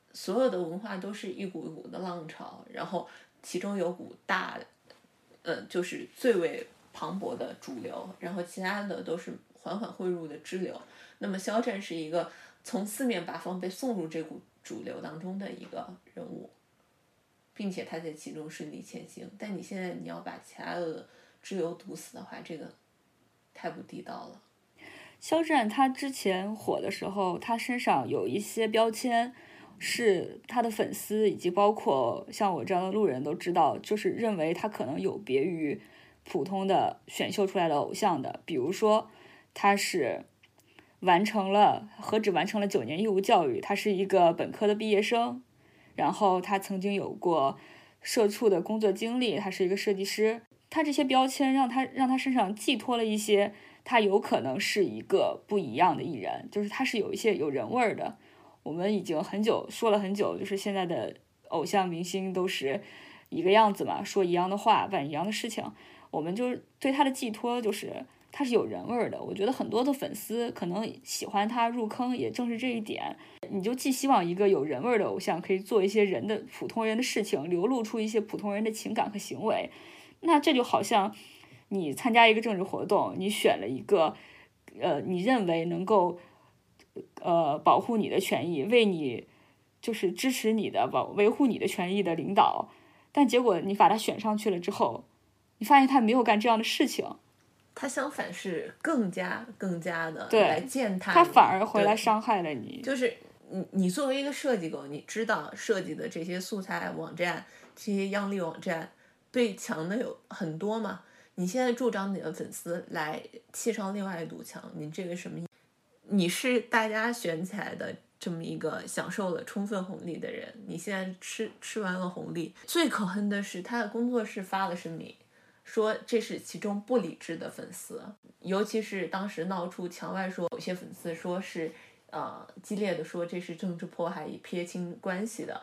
Speaker 1: 所有的文化都是一股一股的浪潮，然后其中有股大，呃，就是最为磅礴的主流，然后其他的都是缓缓汇入的支流。那么萧战是一个从四面八方被送入这股主流当中的一个人物，并且他在其中顺利前行。但你现在你要把其他的支流堵死的话，这个太不地道了。
Speaker 2: 肖战他之前火的时候，他身上有一些标签是他的粉丝以及包括像我这样的路人都知道，就是认为他可能有别于普通的选秀出来的偶像的。比如说他是完成了何止完成了九年义务教育，他是一个本科的毕业生，然后他曾经有过社畜的工作经历，他是一个设计师。他这些标签让他让他身上寄托了一些他有可能是一个不一样的艺人，就是他是有一些有人味儿的。我们已经很久说了很久，就是现在的偶像明星都是一个样子嘛，说一样的话，办一样的事情。我们就对他的寄托就是他是有人味儿的。我觉得很多的粉丝可能喜欢他入坑，也正是这一点。你就既希望一个有人味儿的偶像可以做一些人的普通人的事情，流露出一些普通人的情感和行为，那这就好像你参加一个政治活动，你选了一个呃，你认为能够呃保护你的权益，为你就是支持你的保维护你的权益的领导，但结果你把他选上去了之后，你发现他没有干这样的事情，
Speaker 1: 他相反是更加更加的来践踏你，
Speaker 2: 他反而回来伤害了你。
Speaker 1: 就是你你作为一个设计狗，你知道设计的这些素材网站，这些样例网站被强的有很多嘛，你现在助长你的粉丝来砌上另外一堵墙，你这个什么？你是大家选起来的这么一个享受了充分红利的人，你现在吃吃完了红利。最可恨的是他的工作室发了声明，说这是其中不理智的粉丝，尤其是当时闹出墙外说有些粉丝说是呃激烈的说这是政治迫害以撇清关系的，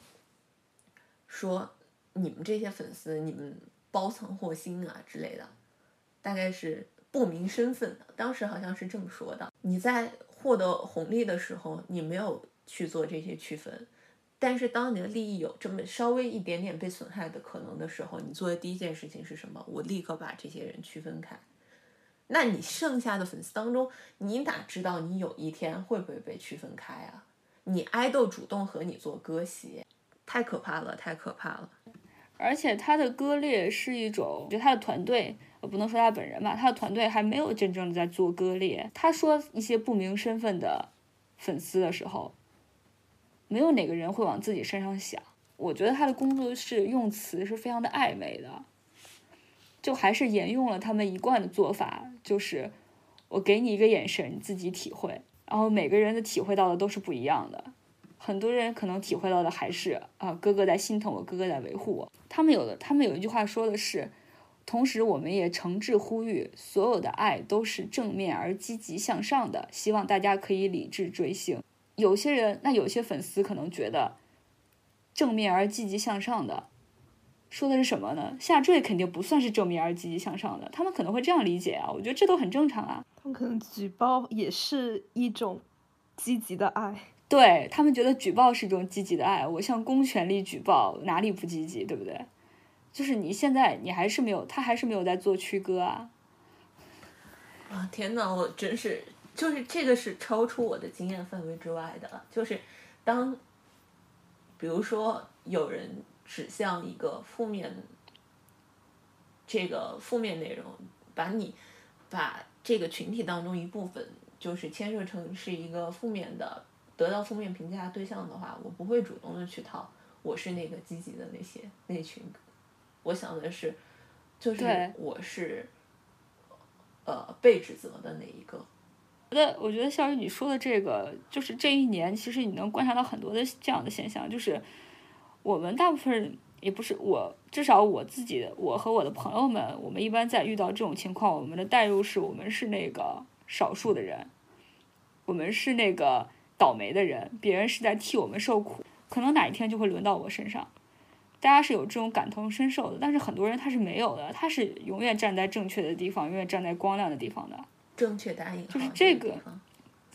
Speaker 1: 说你们这些粉丝你们包藏祸心啊之类的，大概是不明身份的，当时好像是这么说的。你在获得红利的时候你没有去做这些区分，但是当你的利益有这么稍微一点点被损害的可能的时候，你做的第一件事情是什么？我立刻把这些人区分开。那你剩下的粉丝当中，你哪知道你有一天会不会被区分开啊？你爱豆主动和你做割席，太可怕了，太可怕了。
Speaker 2: 而且他的割裂是一种，我觉得他的团队，我不能说他本人吧，他的团队还没有真正的在做割裂。他说一些不明身份的粉丝的时候，没有哪个人会往自己身上想。我觉得他的工作室用词是非常的暧昧的，就还是沿用了他们一贯的做法，就是我给你一个眼神，你自己体会，然后每个人的体会到的都是不一样的。很多人可能体会到的还是啊，哥哥在心疼我，哥哥在维护我。他们有的，他们有一句话说的是，同时我们也诚挚呼吁，所有的爱都是正面而积极向上的，希望大家可以理智追星。有些人，那有些粉丝可能觉得正面而积极向上的说的是什么呢？下坠肯定不算是正面而积极向上的，他们可能会这样理解啊，我觉得这都很正常啊。
Speaker 3: 他们可能举报也是一种积极的爱，
Speaker 2: 对，他们觉得举报是一种积极的爱，我向公权力举报哪里不积极，对不对？就是你现在你还是没有，他还是没有在做区割啊。
Speaker 1: 啊天哪，我真是就是这个是超出我的经验范围之外的，就是当比如说有人指向一个负面这个负面内容，把你把这个群体当中一部分就是牵涉成是一个负面的得到负面评价对象的话，我不会主动的去套我是那个积极的那些那群，我想的是就是我是呃被指责的那一个。
Speaker 2: 我觉得我觉得小雨你说的这个就是这一年其实你能观察到很多的这样的现象，就是我们大部分人也不是我，至少我自己我和我的朋友们，我们一般在遇到这种情况，我们的代入是我们是那个少数的人，我们是那个倒霉的人，别人是在替我们受苦，可能哪一天就会轮到我身上。大家是有这种感同身受的，但是很多人他是没有的，他是永远站在正确的地方，永远站在光亮的地方的。
Speaker 1: 正确答应
Speaker 2: 就是这个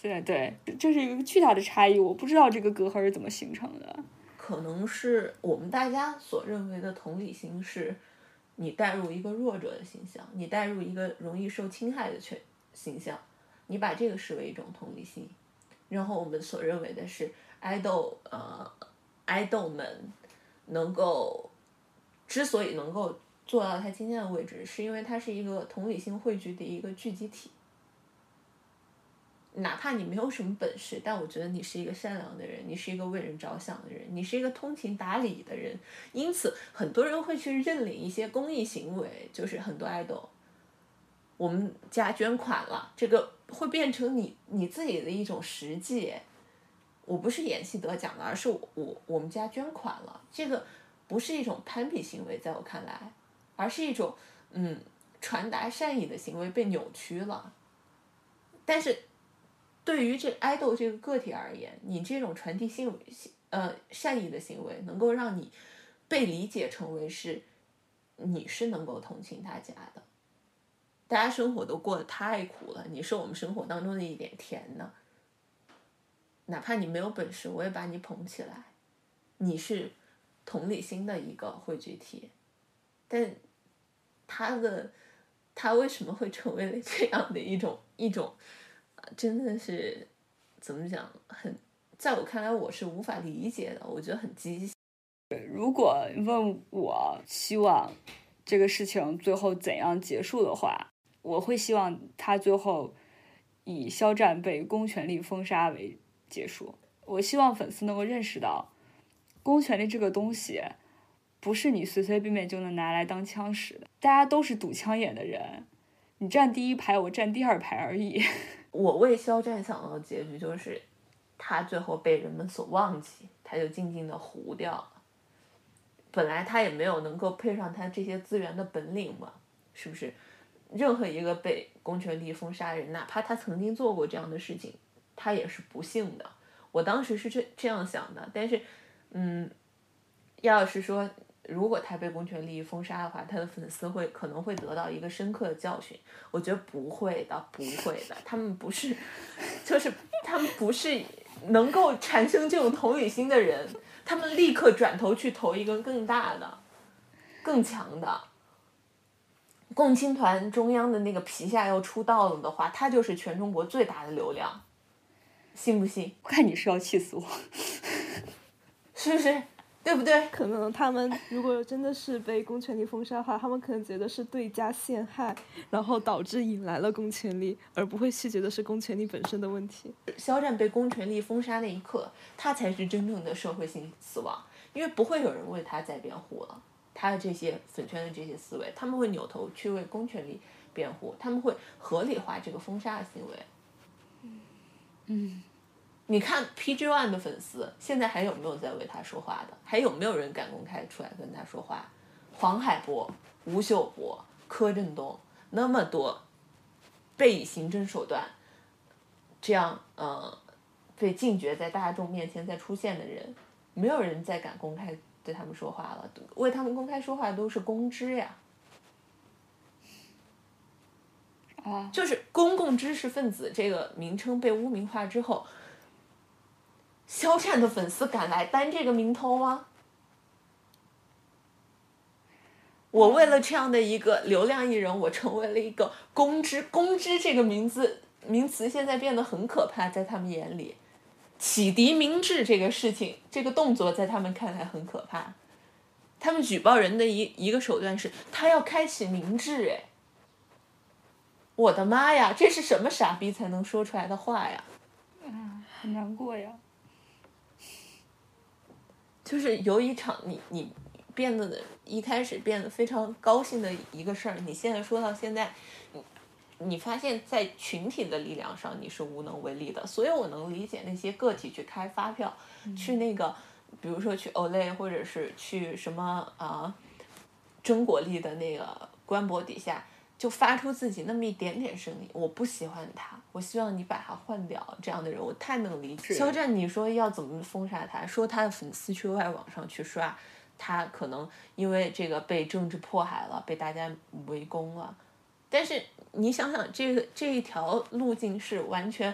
Speaker 2: 对对，这是一个巨大的差异，我不知道这个隔阂是怎么形成的。
Speaker 1: 可能是我们大家所认为的同理心是，你带入一个弱者的形象，你带入一个容易受侵害的权形象，你把这个视为一种同理心。然后我们所认为的是爱豆呃爱豆们能够之所以能够做到他今天的位置，是因为它是一个同理心汇聚的一个聚集体。哪怕你没有什么本事，但我觉得你是一个善良的人，你是一个为人着想的人，你是一个通情达理的人，因此很多人会去认领一些公益行为，就是很多爱豆，我们家捐款了，这个会变成你你自己的一种实际。我不是演戏得奖的，而是我我我们家捐款了，这个不是一种攀比行为，在我看来，而是一种嗯传达善意的行为被扭曲了。但是对于这爱豆这个个体而言，你这种传递性呃善意的行为，能够让你被理解成为是你是能够同情大家的。大家生活都过得太苦了，你是我们生活当中的一点甜呢。哪怕你没有本事，我也把你捧起来。你是同理心的一个汇聚体，但他的他为什么会成为了这样的一种一种？真的是怎么讲，很在我看来我是无法理解的，我觉得很畸形。
Speaker 2: 如果问我希望这个事情最后怎样结束的话，我会希望他最后以肖战被公权力封杀为结束。我希望粉丝能够认识到，公权力这个东西不是你随随便便就能拿来当枪使的，大家都是赌枪眼的人，你站第一排我站第二排而已。
Speaker 1: 我为肖战想到的结局就是他最后被人们所忘记，他就静静的糊掉了。本来他也没有能够配上他这些资源的本领嘛，是不是？任何一个被公权力封杀的人，哪怕他曾经做过这样的事情，他也是不幸的。我当时是这这样想的，但是嗯要是说如果他被公权力封杀的话，他的粉丝会可能会得到一个深刻的教训。我觉得不会的，不会的，他们不是，就是他们不是能够产生这种同理心的人，他们立刻转头去投一个更大的、更强的。共青团中央的那个皮下要出道了的话，他就是全中国最大的流量，信不信？
Speaker 2: 我看你是要气死我，
Speaker 1: 是不是？对不对？
Speaker 3: 可能他们如果真的是被公权力封杀的话，他们可能觉得是对家陷害，然后导致引来了公权力，而不会去觉得是公权力本身的问题。
Speaker 1: 肖战被公权力封杀那一刻，他才是真正的社会性死亡，因为不会有人为他再辩护了。他的这些粉圈的这些思维，他们会扭头去为公权力辩护，他们会合理化这个封杀的行为。
Speaker 2: 嗯。
Speaker 1: 你看 P G One 的粉丝现在还有没有在为他说话的？还有没有人敢公开出来跟他说话？黄海波、吴秀波、柯震东，那么多被以行政手段这样呃被禁绝在大众面前再出现的人，没有人再敢公开对他们说话了。为他们公开说话的都是公知呀。
Speaker 2: 啊，
Speaker 1: 就是公共知识分子这个名称被污名化之后，肖战的粉丝敢来担这个名头吗？我为了这样的一个流量艺人，我成为了一个公知。公知这个名字名词现在变得很可怕，在他们眼里，启迪明智这个事情，这个动作在他们看来很可怕。他们举报人的一一个手段是，他要开启明智。哎，我的妈呀，这是什么傻逼才能说出来的话呀？
Speaker 2: 嗯，很难过呀。
Speaker 1: 就是有一场你你变得一开始变得非常高兴的一个事儿，你现在说到现在，你你发现在群体的力量上你是无能为力的，所以我能理解那些个体去开发票，嗯、去那个比如说去 Olay 或者是去什么啊真果粒的那个官博底下。就发出自己那么一点点声音，我不喜欢他，我希望你把他换掉。这样的人我太能理解。肖战，你说要怎么封杀他？说他的粉丝去外网上去刷，他可能因为这个被政治迫害了，被大家围攻了。但是你想想，这个这一条路径是完全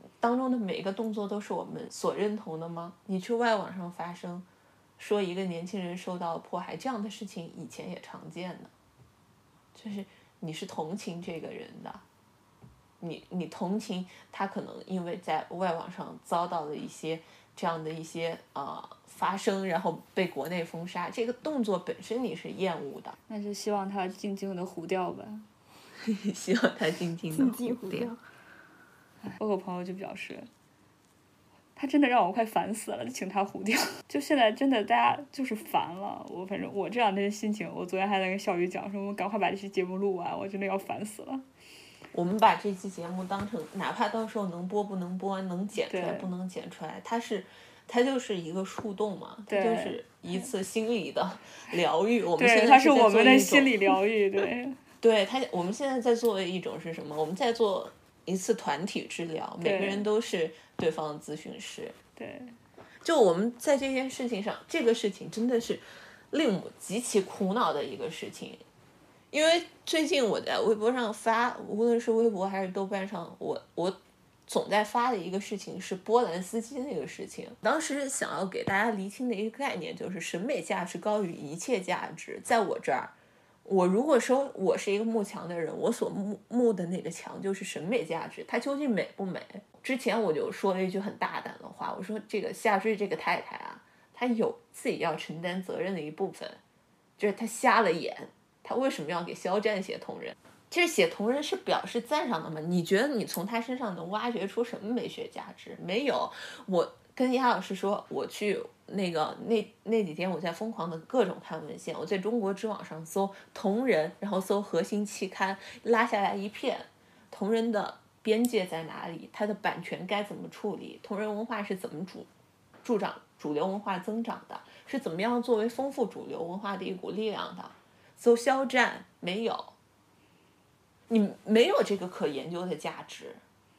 Speaker 1: 当中的每一个动作都是我们所认同的吗？你去外网上发声，说一个年轻人受到迫害，这样的事情以前也常见的，就是你是同情这个人的，你你同情他可能因为在外网上遭到了一些这样的一些呃发生，然后被国内封杀，这个动作本身你是厌恶的。
Speaker 2: 那就希望他静静的糊掉吧。
Speaker 1: 希望他静静的糊掉。
Speaker 2: 我有朋友就表示，他真的让我快烦死了，就请他糊掉。就现在真的大家就是烦了，我反正我这两天心情，我昨天还在跟小雨讲说，我们赶快把这期节目录完，我真的要烦死了。
Speaker 1: 我们把这期节目当成，哪怕到时候能播不能播，能剪出来不能剪出来，它是它就是一个树洞嘛，它就是一次心理的疗愈。我们现在
Speaker 2: 对，它是我们的心理疗愈，对。
Speaker 1: 对他，我们现在在做的一种是什么？我们在做一次团体治疗，每个人都是对方的咨询师。
Speaker 2: 对，
Speaker 1: 就我们在这件事情上，这个事情真的是令我极其苦恼的一个事情。因为最近我在微博上发，无论是微博还是豆瓣上，我我总在发的一个事情是波兰斯基那个事情。当时想要给大家厘清的一个概念就是审美价值高于一切价值。在我这儿，我如果说我是一个慕墙的人，我所慕慕的那个墙就是审美价值，它究竟美不美？之前我就说了一句很大胆的话，我说这个夏追这个太太啊，她有自己要承担责任的一部分，就是她瞎了眼，她为什么要给肖战写同人？其实写同人是表示赞赏的嘛？你觉得你从他身上能挖掘出什么美学价值？没有。我跟亚老师说，我去那个那那几天我在疯狂的各种看文献，我在中国知网上搜同人，然后搜核心期刊，拉下来一片，同人的边界在哪里？它的版权该怎么处理？同人文化是怎么主助长主流文化增长的？是怎么样作为丰富主流文化的一股力量的？搜肖战没有。你没有这个可研究的价值，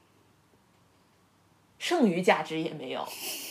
Speaker 1: 剩余价值也没有，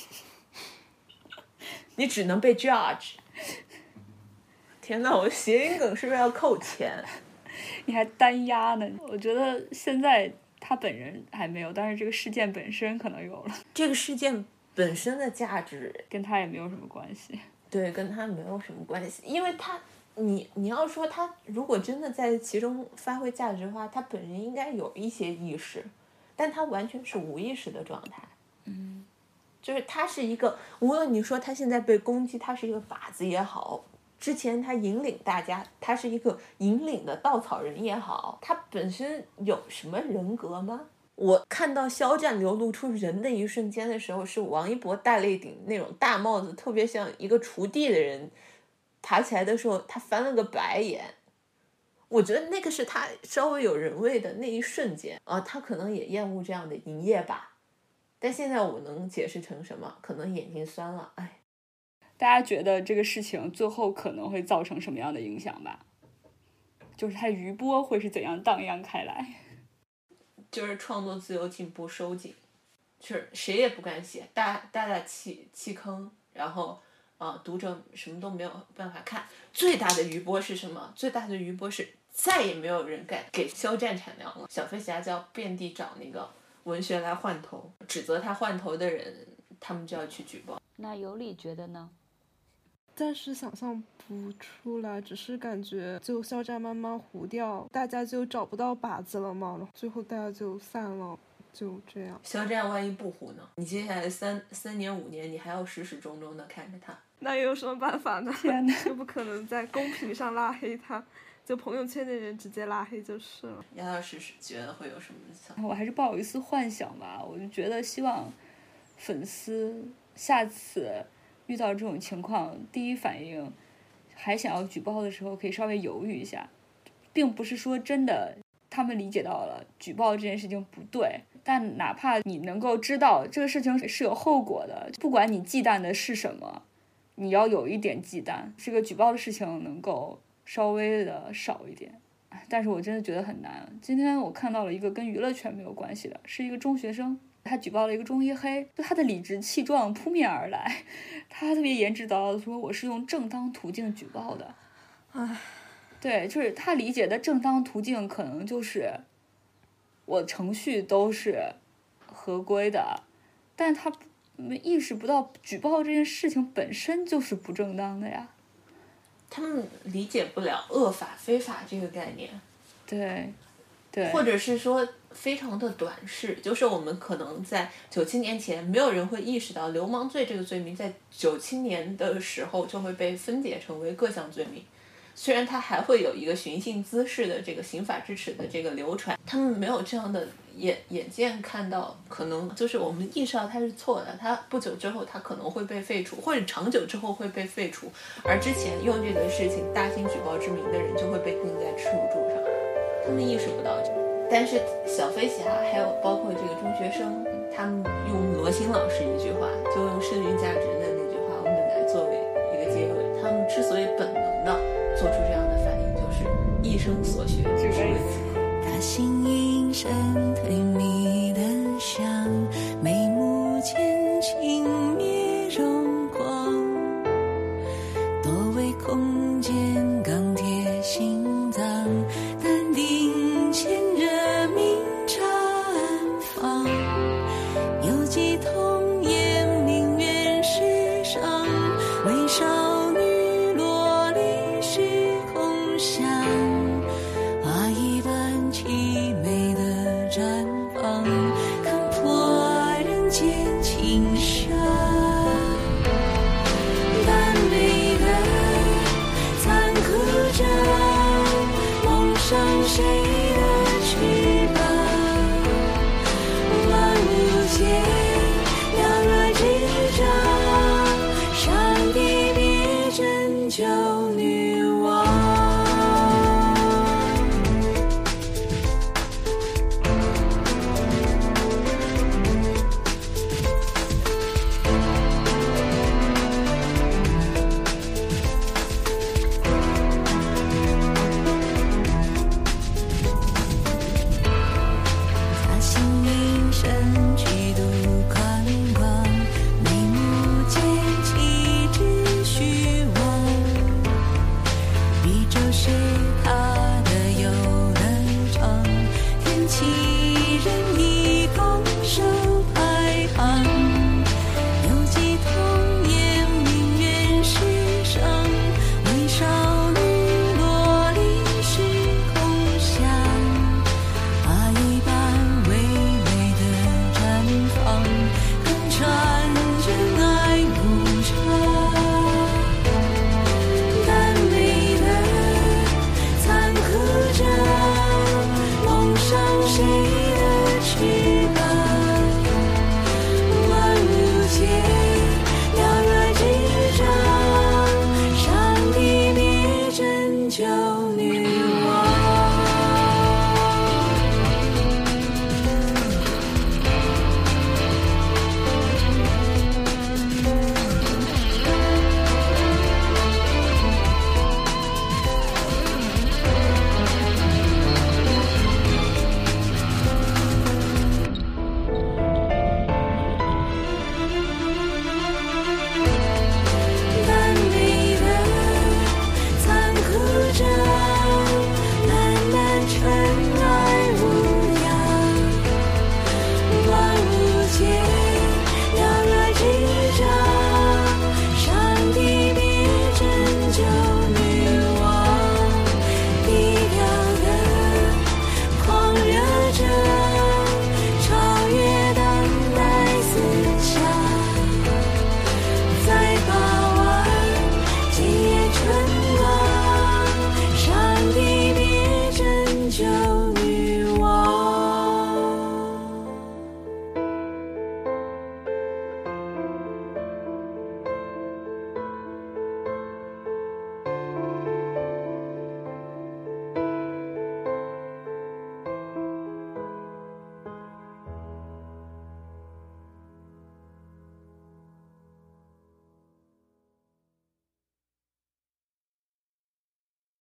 Speaker 1: 你只能被 judge。 天哪，我谐音梗是不是要扣钱？
Speaker 2: 你还单押呢？我觉得现在他本人还没有，但是这个事件本身可能有了。
Speaker 1: 这个事件本身的价值
Speaker 2: 跟他也没有什么关系。
Speaker 1: 对，跟他没有什么关系，因为他你你要说他如果真的在其中发挥价值的话，他本人应该有一些意识，但他完全是无意识的状态。
Speaker 2: 嗯，
Speaker 1: 就是他是一个，无论你说他现在被攻击，他是一个靶子也好，之前他引领大家，他是一个引领的稻草人也好，他本身有什么人格吗？我看到肖战流露出人的一瞬间的时候，是王一博戴了一顶那种大帽子，特别像一个锄地的人爬起来的时候，他翻了个白眼。我觉得那个是他稍微有人味的那一瞬间啊，他可能也厌恶这样的营业吧。但现在我能解释成什么？可能眼睛酸了，哎。
Speaker 2: 大家觉得这个事情最后可能会造成什么样的影响吧？就是它余波会是怎样荡漾开来？
Speaker 1: 就是创作自由进步收紧，就是谁也不敢写，大大大弃弃坑，然后呃读者什么都没有办法看。最大的余波是什么？最大的余波是再也没有人敢给肖战产粮了。小飞侠就要遍地找那个文学来换头，指责他换头的人，他们就要去举报。
Speaker 4: 那尤里觉得呢？
Speaker 3: 暂时想象不出来，只是感觉就肖战慢慢糊掉，大家就找不到靶子了嘛，然后最后大家就散了，就这样。
Speaker 1: 肖战万一不糊呢？你接下来三三年五年，你还要始始终终的看着他，
Speaker 3: 那又有什么办法呢？
Speaker 2: 天哪，
Speaker 3: 又不可能在公屏上拉黑他，就朋友圈的人直接拉黑就是了。
Speaker 1: 杨老师是觉得会有什么想法？
Speaker 2: 我还是抱有一丝幻想吧，我就觉得希望粉丝下次遇到这种情况，第一反应还想要举报的时候，可以稍微犹豫一下，并不是说真的他们理解到了举报这件事情不对，但哪怕你能够知道这个事情是有后果的，不管你忌惮的是什么，你要有一点忌惮，这个举报的事情能够稍微的少一点。但是我真的觉得很难。今天我看到了一个跟娱乐圈没有关系的，是一个中学生，他举报了一个中医黑，就他的理直气壮扑面而来，他特别言之凿凿的说我是用正当途径举报的。
Speaker 3: 唉，
Speaker 2: 对，就是他理解的正当途径可能就是我程序都是合规的，但他们意识不到举报这件事情本身就是不正当的呀。
Speaker 1: 他们理解不了恶法非法这个概念。
Speaker 2: 对对，
Speaker 1: 或者是说非常的短视，就是我们可能在九七年前没有人会意识到流氓罪这个罪名在九七年的时候就会被分解成为各项罪名，虽然它还会有一个寻衅滋事的这个刑法支持的这个流传，他们没有这样的眼眼见看到，可能就是我们意识到它是错的，它不久之后它可能会被废除，或者长久之后会被废除，而之前用这个事情大兴举报之名的人就会被钉在耻辱柱上，他们意识不到这个。但是小飞侠还有包括这个中学生，他们用罗新老师一句话，就用剩余价值的那句话我们来作为一个结尾，他们之所以本能的做出这样的反应，就是一生所学只为此。
Speaker 4: 他心隐身推迷的香，眉目间轻灭荣光，多为空间钢铁心脏，淡定前人民绽放，有几童颜明月世上，为少女落离虚空想，花一般凄美的绽放，看破人间情伤，但美的残酷着梦想谁的翅膀，万物间了若指掌，上帝别拯救女王。他心隐身几度宽广，眉目间气质虚妄，宇宙是他的游乐场，天启人以拱手排行，有几童颜明月世上，为少女落离虚空想，花一般微微的绽放，更缠真爱无常，但美的残酷着梦想谁